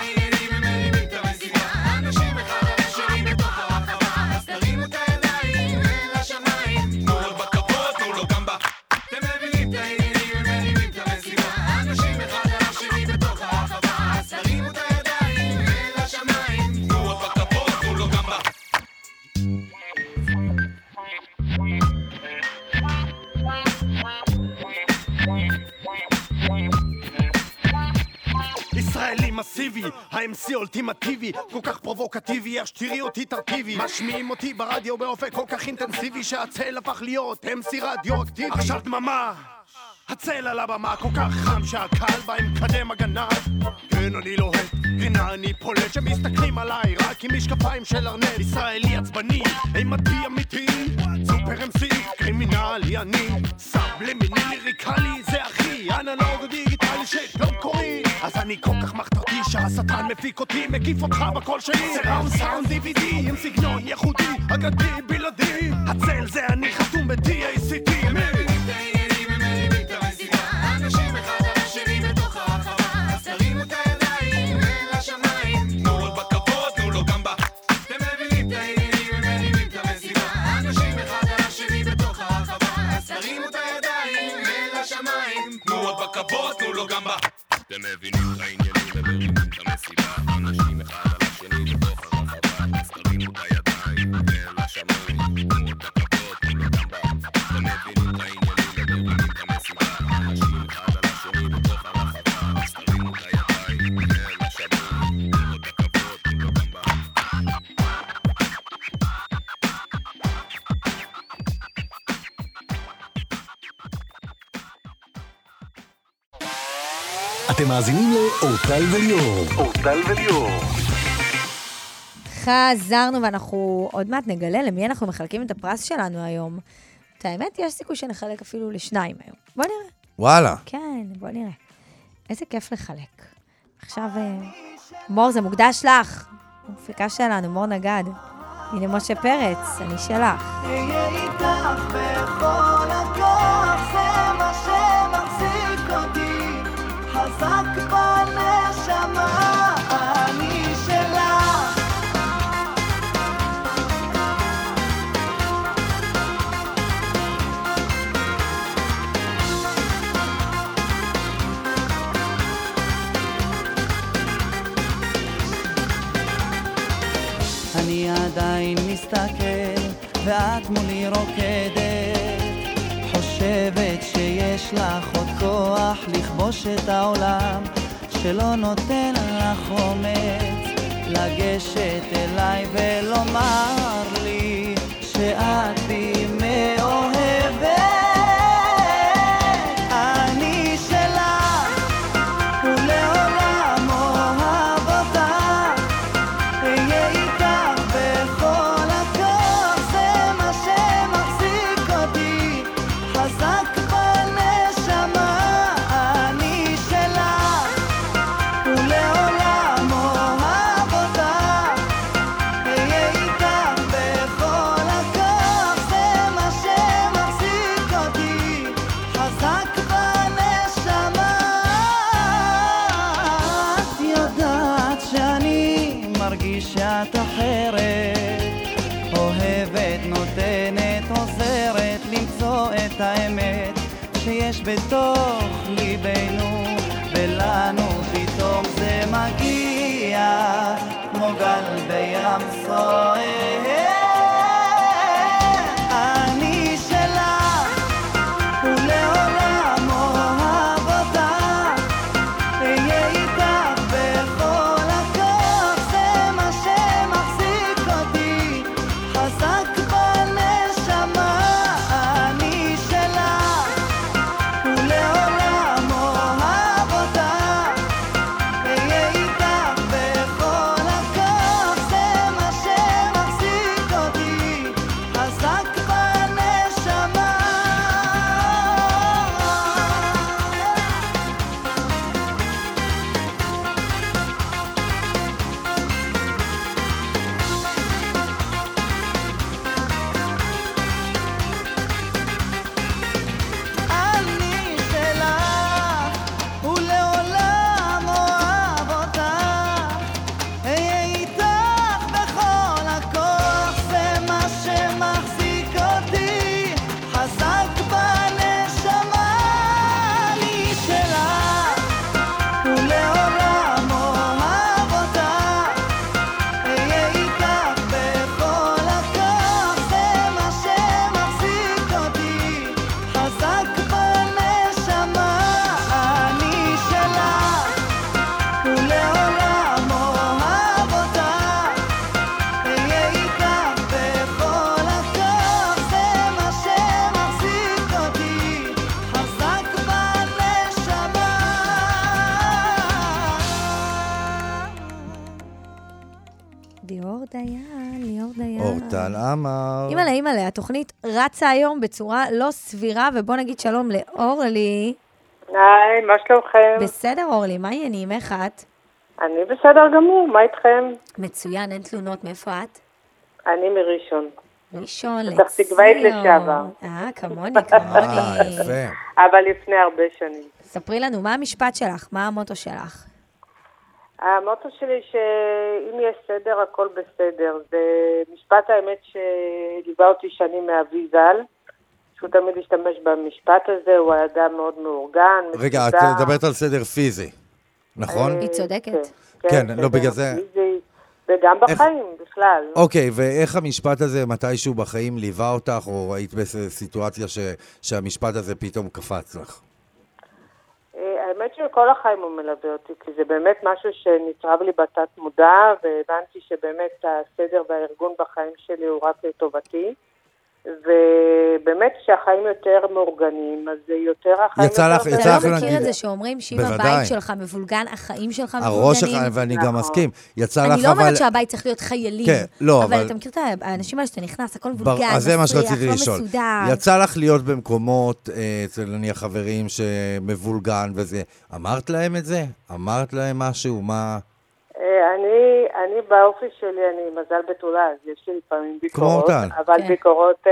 אנשים אחד על השני בתוך הרחבה אז תרימו את הידיים אל השמיים תנו לו בכבוד, תנו לו גם בה אתם מבינים את העניינים ומבינים את המסיבה אנשים אחד על השני בתוך הרחבה אז תרימו את הידיים אל השמיים תנו לו בכבוד, תנו לו גם בה ישראלי מסיבי, ה-אם סי אולטימטיבי כל כך פרובוקטיבי, יש תראי אותי תרטיבי משמיעים אותי ברדיו באופן כל כך אינטנסיבי שהצל הפך להיות אם סי רדיו-אקטיבי עכשיו דממה הצל על הבמה כל כך חם שהקהל בא עם קדם הגנה כן אני לוהט, כן אני פולט שמסתכלים עליי רק עם משקפיים של ארנט ישראלי עצבני, אימתי אמיתי סופר אם סי, קרימינלי אני סבלימיני ליריקלי זה אחי אנלוג דיגיטלי שטוב קורי אז אני כל כך מחתרתי שהשטן מפיק אותי מקיף אותך בקול שלי זה ראונד סאונד די וי די עם סגנון ייחודי אגדי בלעדי הצל זה אני חתום ב-טי איי סי טי אנשים אחד על השני בתוך הרחבה אז תרימו את הידיים אל השמיים תנו לו בכבוד, תנו לו גם בה אתם מבינים את העניינים ומבינים את המסיבה אנשים אחד על השני בתוך הרחבה אז תרימו את הידיים אל השמיים תנו לו בכבוד, תנו לו גם בה אתם מבינים את העניינים ומבינים את המסיבה אנשים אחד על השני בתוך הרחבה אז תרימו את הידיים אל השמיים תנו לו בכבוד, תנו לו גם בה אתם מבינים את העניינים ומבינים את המסיבה אנשים אחד על השני בתוך הרחבה אז תרימו את הידיים אל השמיים תנו לו בכבוד, תנו לו גם בה אתם מאזינים לאורטל וליאור. אורטל וליאור. חזרנו ואנחנו עוד מעט נגלה למי אנחנו מחלקים את הפרס שלנו היום. את האמת, יש סיכוי שנחלק אפילו לשניים היום. בוא נראה. וואלה. כן, בוא נראה. איזה כיף לחלק. עכשיו, מור, זה מוקדש לך. המפיקה שלנו, מור נגד. הנה משה פרץ, אני שלך. אהיה איתך בכל הכוח, זה מה שמחזיק אותי. חזק בנשמה, אני שלך. אני עדיין מסתכל, ואת מולי רוקדת, חושבת שיש לך עוד כוח לכבוש את העולם, שלא נותן לך אומץ לגשת אליי ולומר לי שאת בי מאוהבת. אני שלך ולעולם אוהב אותך, אהיה איתך בכל הכוח, זה מה שמחזיק אותי חזק בנשמה. אני שלך ולעולם אוהב אותך, אהיה איתך בכל הכוח, זה מה שמחזיק אותי חזק בנשמה. את יודעת שאני מרגיש שאת אחרת, אוהבת, נותנת, עוזרת למצוא את האמת שיש בתוך ליבנו, ולנו פתאום זה מגיע כמו גל בים סוער. אני שלך ולעולם אוהב אותך, אהיה איתך בכל הכוח, זה מה שמחזיק אותי חזק בנשמה. ליאור דיין, ליאור דיין. אורטל עמר. אימא'לה, אימא'לה, התוכנית רצה היום בצורה לא סבירה, ובוא נגיד שלום לאורלי. היי, מה שלומכם? בסדר, אורלי, מה העניינים? איך את? אני בסדר גמור, מה איתכם? מצוין, אין תלונות, מאיפה את? אני מראשון. ראשון לציון. פתח תקווית לשעבר. אה, כמוני, כמוני. אבל לפני הרבה שנים. ספרי לנו, מה המשפט שלך? מה המוטו שלך? המוטו שלי שאם יש סדר, הכל בסדר. זה משפט האמת שליווה אותי שנים מאבי ז"ל, שהוא תמיד השתמש במשפט הזה, הוא היה אדם מאוד מאורגן. רגע, את מדברת על סדר פיזי, נכון? היא צודקת. כן, לא בגלל זה. וגם בחיים בכלל. אוקיי, ואיך המשפט הזה מתישהו בחיים ליווה אותך, או היית בסיטואציה שהמשפט הזה פתאום קפץ לך? האמת שכל החיים הוא מלווה אותי, כי זה באמת משהו שנצרב לי בתת מודע, והבנתי שבאמת הסדר והארגון בחיים שלי הוא רק לטובתי, ובאמת שהחיים יותר מאורגנים, אז יותר החיים... יצא לך, יצא לך... אתה לא מכיר את זה שאומרים שאם הבית שלך מבולגן, החיים שלך מבולגנים? הראש שלך, ואני גם מסכים. יצא לך אבל... אני לא אומרת שהבית צריך להיות חיילים. כן, לא, אבל... אבל אתה מכיר את האנשים האלה שאתה נכנס, הכל מבולגן, אז זה מה שרציתי לא לשאול. מסודר. יצא לך להיות במקומות, אצל נניח חברים שמבולגן וזה. אמרת להם את זה? אמרת להם משהו? מה... אני, אני באופי שלי, אני מזל בתולה, אז יש לי לפעמים ביקורות, אבל כן. ביקורות,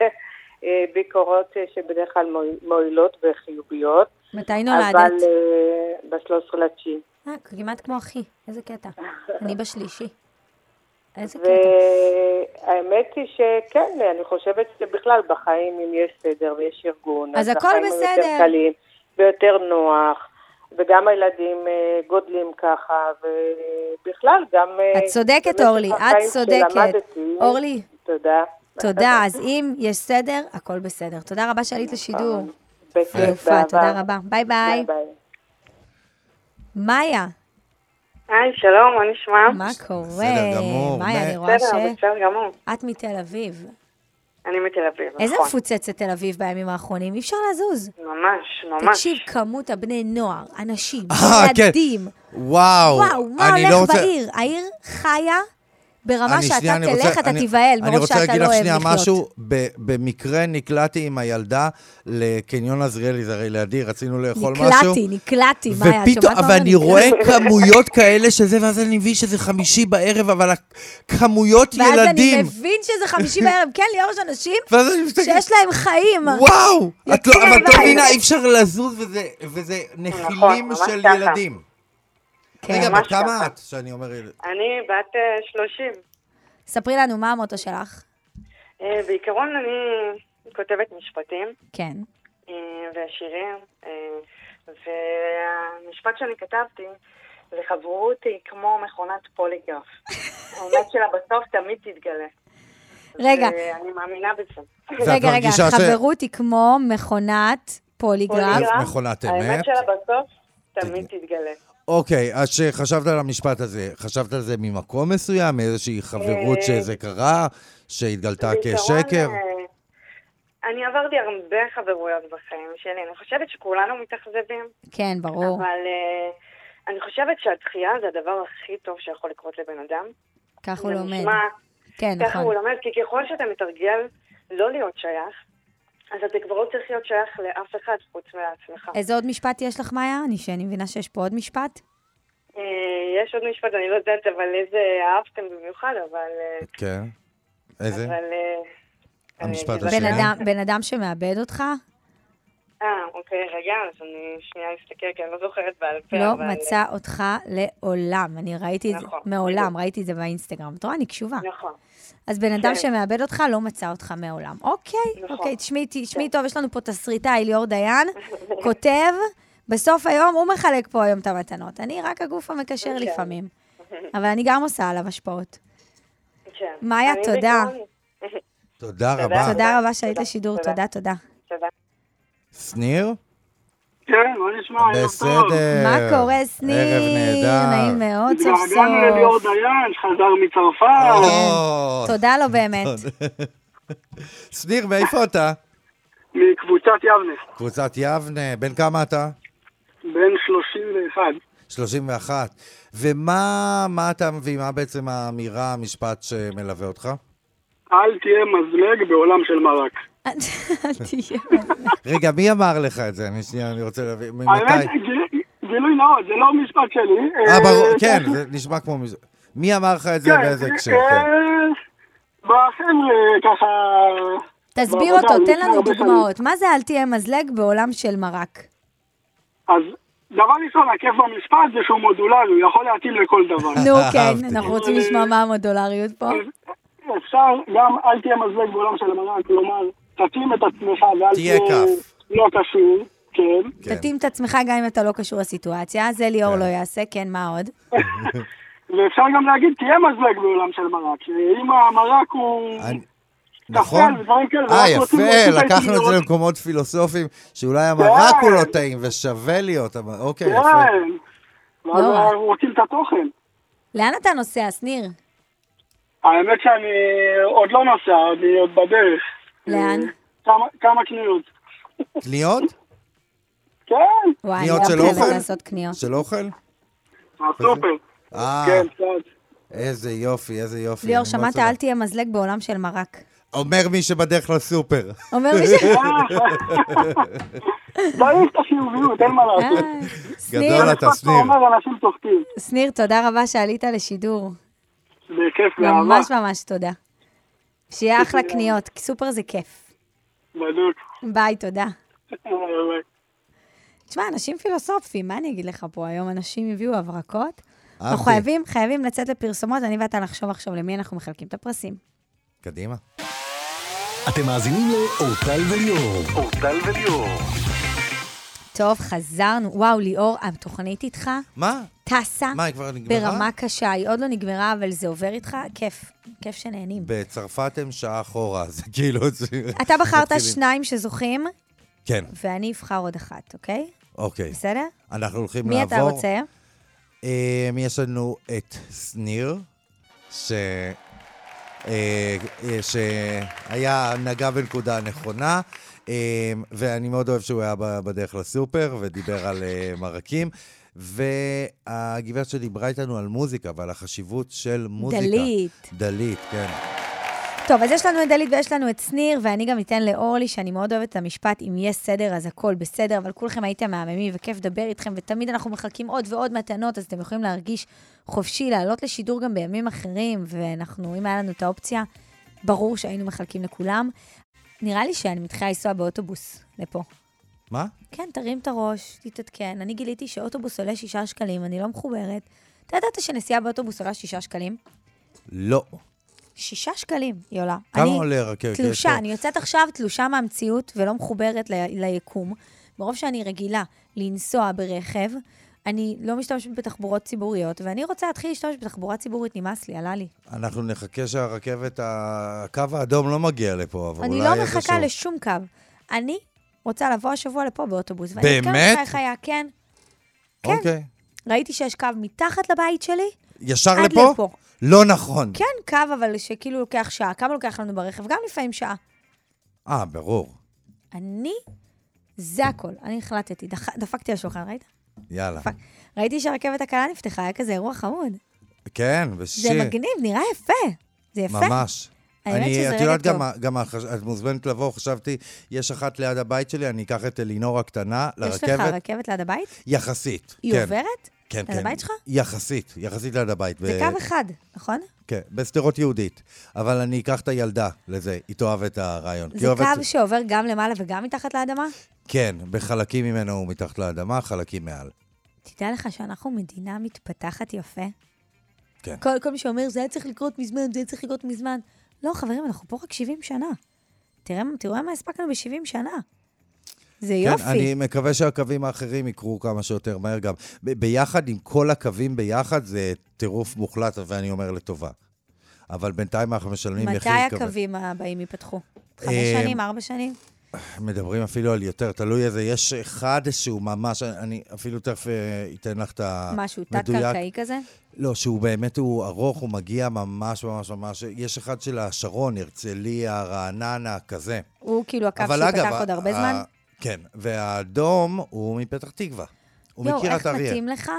ביקורות שבדרך כלל מועילות וחיוביות. מתי נולדת? אבל ב-שלושה עשר לתשיעי. אה, כמעט כמו אחי, איזה קטע. אני בשלישי. איזה קטע. והאמת היא שכן, אני חושבת שבכלל בחיים אם יש סדר ויש ארגון, אז הכל בסדר. החיים יותר קלים ויותר נוח. וגם הילדים גודלים ככה, ובכלל גם... את צודקת, אורלי, את צודקת. אורלי. תודה. תודה, אז אם יש סדר, הכל בסדר. תודה רבה שעלית לשידור. יפה, תודה רבה. ביי ביי. מאיה. היי, שלום, מה נשמע? מה קורה? בסדר גמור. מאיה, אני רואה ש... בסדר גמור. את מתל אביב. אני מתל אביב, נכון. איזה מפוצצת תל אביב בימים האחרונים? אי אפשר לזוז. ממש, ממש. תקשיב, כמות הבני נוער, אנשים, ילדים. וואו. וואו, מה הולך בעיר? העיר חיה ברמה שאתה תלך, אתה תיבהל, מרוב שאתה לא אוהב לחיות. אני רוצה להגיד לך שנייה משהו, במקרה נקלעתי עם הילדה לקניון עזריאלי, זה הרי לידי, רצינו לאכול משהו. נקלעתי, נקלעתי, מה היה? ופתאום, ואני רואה כמויות כאלה שזה, ואז אני מבין שזה חמישי בערב, אבל כמויות ילדים. ואז אני מבין שזה חמישי בערב, כן, ליאור, יש אנשים שיש להם חיים. וואו, אבל אתה מבינה, אי אפשר לזוז, וזה נחילים של ילדים. רגע, בת כמה את, שאני אומר... אני בת שלושים. ספרי לנו, מה המוטו שלך? בעיקרון אני כותבת משפטים. כן. ושירים. והמשפט שאני כתבתי, זה חברות היא כמו מכונת פוליגרף. האמת שלה בסוף תמיד תתגלה. רגע. ואני מאמינה בזה. רגע, רגע, חברות היא כמו מכונת פוליגרף. מכונת אמת. האמת שלה בסוף תמיד תתגלה. אוקיי, אז שחשבת על המשפט הזה, חשבת על זה ממקום מסוים, מאיזושהי חברות שזה קרה, שהתגלתה כשקר? אני עברתי הרבה חברויות בחיים שלי, אני חושבת שכולנו מתאכזבים. כן, ברור. אבל אני חושבת שהדחייה זה הדבר הכי טוב שיכול לקרות לבן אדם. כך הוא לומד. כן, נכון. ככה הוא לומד, כי ככל שאתה מתרגל לא להיות שייך, אז אתה כבר לא צריך להיות שייך לאף אחד חוץ מעצמך. איזה עוד משפט יש לך, מאיה? אני מבינה שיש פה עוד משפט? יש עוד משפט, אני לא יודעת, אבל איזה אהבתם במיוחד, אבל... כן. איזה? אבל... המשפט השני. בן אדם שמאבד אותך? אה, אוקיי, רגע, אז אני שנייה אסתכל, כי אני לא זוכרת בעל פה. לא מצא אותך לעולם. אני ראיתי את זה, מעולם, ראיתי את זה באינסטגרם. את רואה, אני קשובה. נכון. אז בן אדם שמאבד אותך לא מצא אותך מעולם. אוקיי, אוקיי, תשמעי טוב, יש לנו פה תסריטאי, ליאור דיין, כותב, בסוף היום הוא מחלק פה היום את המתנות. אני רק הגוף המקשר לפעמים. אבל אני גם עושה עליו השפעות. מאיה, תודה. תודה רבה. תודה רבה שהיית לשידור, תודה, תודה. תודה. שניר? כן, מה נשמע? בסדר. מה קורה, שניר? ערב נהדר. נעים מאוד, סוף סוף. התגעגענו לליאור דיין, שחזר מצרפת. תודה לו באמת. שניר, מאיפה אתה? מקבוצת יבנה. קבוצת יבנה. בן כמה אתה? בן שלושים ואחת. שלושים ואחת. ומה מה אתה מביא, מה בעצם האמירה, המשפט שמלווה אותך? אל תהיה מזלג בעולם של מרק. אל תהיה מזלג. רגע, מי אמר לך את זה? אני שנייה, אני רוצה להבין. האמת, גילוי נאות, זה לא משפט שלי. אה, ברור, כן, זה נשמע כמו... מי אמר לך את זה ואיזה הקשר? בחבר'ה, ככה... תסביר אותו, תן לנו דוגמאות. מה זה אל תהיה מזלג בעולם של מרק? אז דבר ראשון, הכיף במשפט זה שהוא מודולרי, הוא יכול להתאים לכל דבר. נו, כן, אנחנו רוצים לשמוע מה המודולריות פה. אפשר גם אל תהיה מזלג בעולם של מרק, כלומר, תתאים את עצמך ואל תהיה לא קשור. כן. תתאים את עצמך גם אם אתה לא קשור לסיטואציה, זה ליאור לא יעשה, כן, מה עוד? ואפשר גם להגיד, תהיה מזלג בעולם של מרק, אם המרק הוא... נכון. אה, יפה, לקחנו את זה למקומות פילוסופיים, שאולי המרק הוא לא טעים ושווה להיות, אוקיי, יפה. כן, ואז רוצים את התוכן. לאן אתה נוסע, שניר? האמת שאני עוד לא נוסע, אני עוד בדרך. לאן? כמה קניות. קניות? כן. וואי, אני לא אוהבת לעשות קניות. של אוכל? הסופר. אה, כן, קצת. איזה יופי, איזה יופי. ליאור, שמעת, אל תהיה מזלג בעולם של מרק. אומר מי שבדרך לסופר. אומר מי ש... דברים את החיוביות, אין מה לעשות. גדול אתה, שניר. שניר, תודה רבה שעלית לשידור. בכיף, באהבה. ממש ממש תודה. שיהיה אחלה קניות, כי סופר זה כיף. בדיוק. ביי, תודה. ביי. תשמע, אנשים פילוסופיים, מה אני אגיד לך פה? היום אנשים הביאו הברקות. אנחנו חייבים, חייבים לצאת לפרסומות, אני ואתה לחשוב עכשיו למי אנחנו מחלקים את הפרסים. קדימה. אתם מאזינים לאורטל וליאור. אורטל וליאור. טוב, חזרנו. וואו, ליאור, התוכנית איתך. מה? טסה. מה, היא כבר נגמרה? ברמה קשה. היא עוד לא נגמרה, אבל זה עובר איתך. כיף. כיף שנהנים. בצרפת הם שעה אחורה, זה כאילו... אתה בחרת שניים שזוכים. כן. ואני אבחר עוד אחת, אוקיי? אוקיי. בסדר? אנחנו הולכים מי לעבור... מי אתה רוצה? Um, יש לנו את שניר, ש... uh, שהיה נגע בנקודה נכונה, um, ואני מאוד אוהב שהוא היה בדרך לסופר ודיבר על uh, מרקים, והגברת שדיברה איתנו על מוזיקה ועל החשיבות של מוזיקה. דלית. דלית, כן. טוב, אז יש לנו את דלית ויש לנו את שניר, ואני גם אתן לאורלי, שאני מאוד אוהבת את המשפט, אם יש סדר, אז הכל בסדר, אבל כולכם הייתם מהממים וכיף לדבר איתכם, ותמיד אנחנו מחלקים עוד ועוד מתנות, אז אתם יכולים להרגיש חופשי, לעלות לשידור גם בימים אחרים, ואנחנו, אם היה לנו את האופציה, ברור שהיינו מחלקים לכולם. נראה לי שאני מתחילה לנסוע באוטובוס לפה. מה? כן, תרים את הראש, תתעדכן. אני גיליתי שאוטובוס עולה שישה שקלים, אני לא מחוברת. אתה יודעת שנסיעה באוטובוס עולה שישה שקלים? לא. שישה שקלים, היא עולה. כמה אני, עולה רכבת? תלושה, אני יוצאת עכשיו תלושה מהמציאות ולא מחוברת ל, ליקום. ברוב שאני רגילה לנסוע ברכב, אני לא משתמשת בתחבורות ציבוריות, ואני רוצה להתחיל להשתמש בתחבורה ציבורית, נמאס לי, עלה לי. אנחנו נחכה שהרכבת, הקו האדום לא מגיע לפה, אבל אני לא מחכה שוב. לשום קו. אני רוצה לבוא השבוע לפה באוטובוס. באמת? ואני חיה, כן. כן. אוקיי. ראיתי שיש קו מתחת לבית שלי. ישר עד לפה? לפה. לא נכון. כן, קו, אבל שכאילו לוקח שעה. כמה לוקח לנו ברכב? גם לפעמים שעה. אה, ברור. אני, זה הכל. אני החלטתי. דח, דפקתי על שולחן, ראית? יאללה. דפק. ראיתי שהרכבת הקלה נפתחה, היה כזה אירוע חמוד. כן, בשיר. זה מגניב, נראה יפה. זה יפה. ממש. אני, את יודעת גם, גם את מוזמנת לבוא, חשבתי, יש אחת ליד הבית שלי, אני אקח את אלינור הקטנה לרכבת. יש לך רכבת ליד הבית? יחסית. היא כן. עוברת? כן, ליד כן. הבית שלך? יחסית, יחסית ליד הבית. זה ב... קו אחד, נכון? כן, בסתירות יהודית. אבל אני אקח את הילדה לזה, היא תאהב את הרעיון. זה קו אוהבת... שעובר גם למעלה וגם מתחת לאדמה? כן, בחלקים ממנו הוא מתחת לאדמה, חלקים מעל. תדע לך שאנחנו מדינה מתפתחת יפה. כן. כל, כל מי שאומר, זה היה צריך לקרות מזמן, זה היה צריך לקרות מזמן. לא, חברים, אנחנו פה רק שבעים שנה. תראה, תראו מה הספקנו ב-שבעים שנה. זה כן, יופי. אני מקווה שהקווים האחרים יקרו כמה שיותר מהר גם. ב- ביחד, עם כל הקווים ביחד, זה טירוף מוחלט, ואני אומר לטובה. אבל בינתיים אנחנו משלמים מחיר כבד. מתי הקווים הבאים ייפתחו? חמש שנים, ארבע שנים? מדברים אפילו על יותר, תלוי איזה, יש אחד שהוא ממש, אני אפילו תכף אתן לך את המדויק. משהו, תת-קרקעי כזה? לא, שהוא באמת, הוא ארוך, הוא מגיע ממש ממש ממש, יש אחד של השרון, הרצליה, רעננה, כזה. הוא כאילו הקו שפתח עוד הרבה זמן? כן, והאדום הוא מפתח תקווה. הוא מכיר את אריאל. איך מתאים לך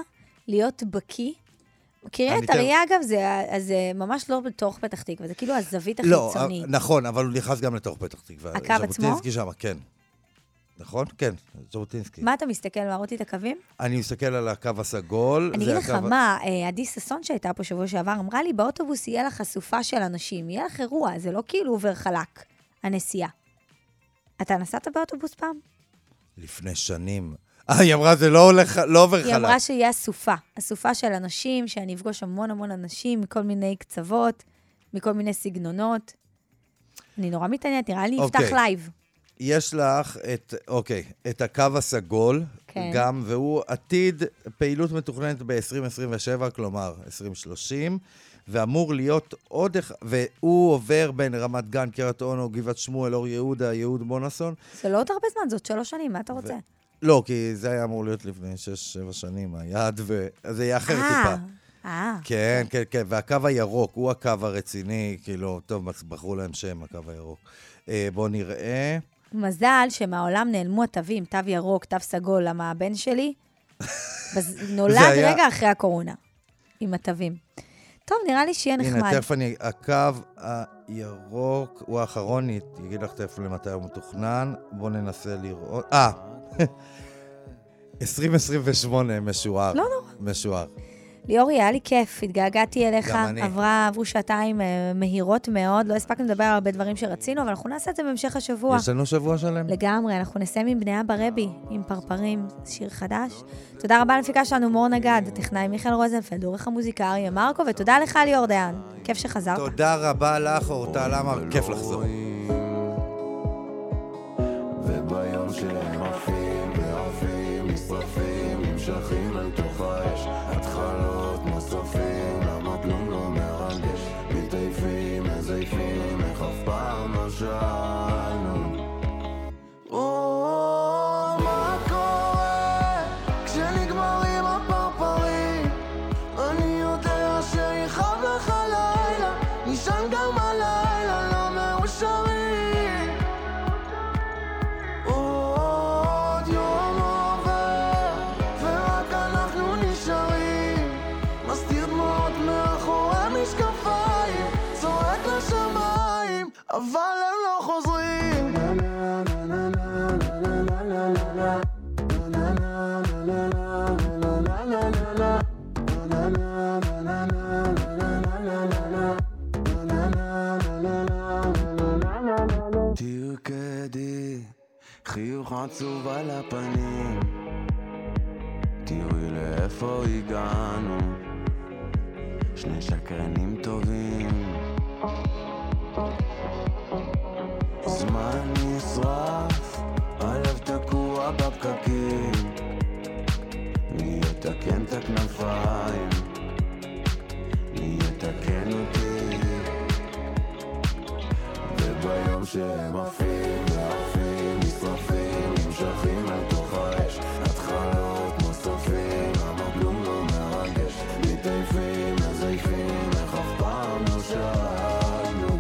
להיות בקי. קריית אריה, אגב, זה ממש לא בתוך פתח תקווה, זה כאילו הזווית החיצונית. לא, נכון, אבל הוא נכנס גם לתוך פתח תקווה. הקו עצמו? ז'בוטינסקי שם, כן. נכון? כן, ז'בוטינסקי. מה אתה מסתכל, להראות לי את הקווים? אני מסתכל על הקו הסגול. אני אגיד לך מה, עדי ששון שהייתה פה שבוע שעבר, אמרה לי, באוטובוס יהיה לך חשופה של אנשים, יהיה לך אירוע, זה לא כאילו עובר חלק, הנסיעה. אתה נסעת באוטובוס פעם? לפני שנים. אה, היא אמרה, זה לא עובר חלק. היא אמרה שיהיה אסופה, אסופה של אנשים, שאני אפגוש המון המון אנשים, מכל מיני קצוות, מכל מיני סגנונות. אני נורא מתעניינת, נראה לי יפתח לייב. יש לך את, אוקיי, את הקו הסגול, כן. גם, והוא עתיד פעילות מתוכננת ב-עשרים עשרים ושבע, כלומר עשרים שלושים, ואמור להיות עוד, והוא עובר בין רמת גן, קריית אונו, גבעת שמואל, אור יהודה, יהוד מונסון. זה לא עוד הרבה זמן, זאת שלוש שנים, מה אתה רוצה? ו... לא, כי זה היה אמור להיות לפני שש, שבע שנים, היעד, וזה יהיה אחר טיפה. אה. כן, כן, כן, והקו הירוק, הוא הקו הרציני, כאילו, טוב, בחרו להם שם, הקו הירוק. בואו נראה. מזל שמהעולם נעלמו התווים, תו ירוק, תו סגול, למה הבן שלי נולד היה... רגע אחרי הקורונה, עם התווים. טוב, נראה לי שיהיה נחמד. הנה, תכף אני, הקו הירוק הוא האחרון, אני אגיד לך תכף למתי הוא מתוכנן, בואו ננסה לראות, אה, עשרים עשרים ושמונה משוער. לא נורא. משוער. ליאורי, היה לי כיף, התגעגעתי אליך, גם אני. עברה, עברו שעתיים מהירות מאוד, לא הספקנו לדבר על הרבה דברים שרצינו, אבל אנחנו נעשה את זה בהמשך השבוע. יש לנו שבוע שלם. לגמרי, אנחנו נסיים עם בני אבא רבי, עם פרפרים, שיר חדש. תודה רבה למפיקה שלנו, מור נגד, הטכנאי מיכאל רוזנפלד, עורך המוזיקה אריה מרקו, ותודה לך ליאור דיין, כיף שחזרת. תודה רבה לך, אורטל עמר, כיף לחזור. וביום שהם עפים ועפים, נשרפים, נמשכים אל תוך האש, התחלות מסופים, למה כלום לא מרגש, מתעיפים, מזייפים, איך אף פעם לא שאלנו. או, מה קורה כשנגמרים הפרפרים, אני יודע שיחב לך לילה, נשען גם הלילה, לא מאושרים. אבל הם לא חוזרים. תרקדי, חיוך עצוב על הפנים, תראי לאיפה הגענו, שני שקרנים טובים. זמן נשרף, הלב תקוע בפקקים, מי יתקן את הכנפיים, מי יתקן אותי. וביום שהם עפים ועפים, נשרפים, נמשכים אל תוך האש, התחלות מסופים, למה כלום לא מרגש, מתעיפים, מזייפים, איך אף פעם לא שאלנו.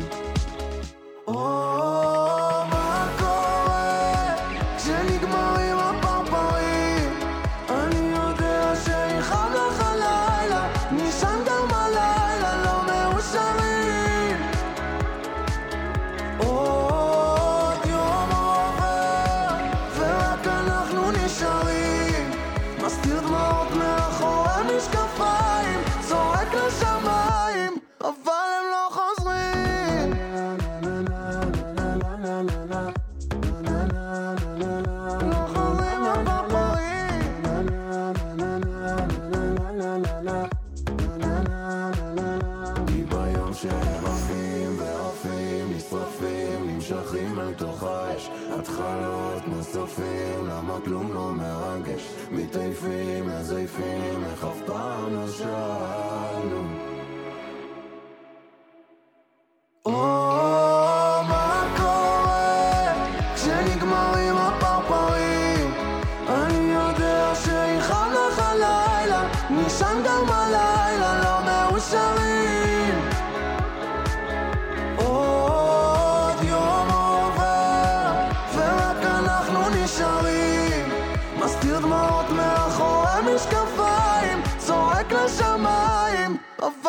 מה קורה כשנגמרים הפרפרים, אני יודע שיחב לך לילה, נשען גם הלילה, לא מאושרים. עוד יום עובר ורק אנחנו נשארים, מסתיר דמעות מאחורי משקפיים, זורק לשמיים, אבל הם לא חוזרים. כי ביום שהם עפים ועפים, נשרפים, נמשכים אל תוך האש, התחלות מסופים, למה כלום לא מרגש, מתעיפים, מזייפים, איך אף פעם לא שאלנו. או, מה קורה כשנגמרים הפרפרים, אני יודע שיחב לך לילה, נשען גם הלילה, לא מאושרים. עוד יום עובר ורק אנחנו נשארים, מסתיר דמעות מאחורי משקפיים, זורק השמיים,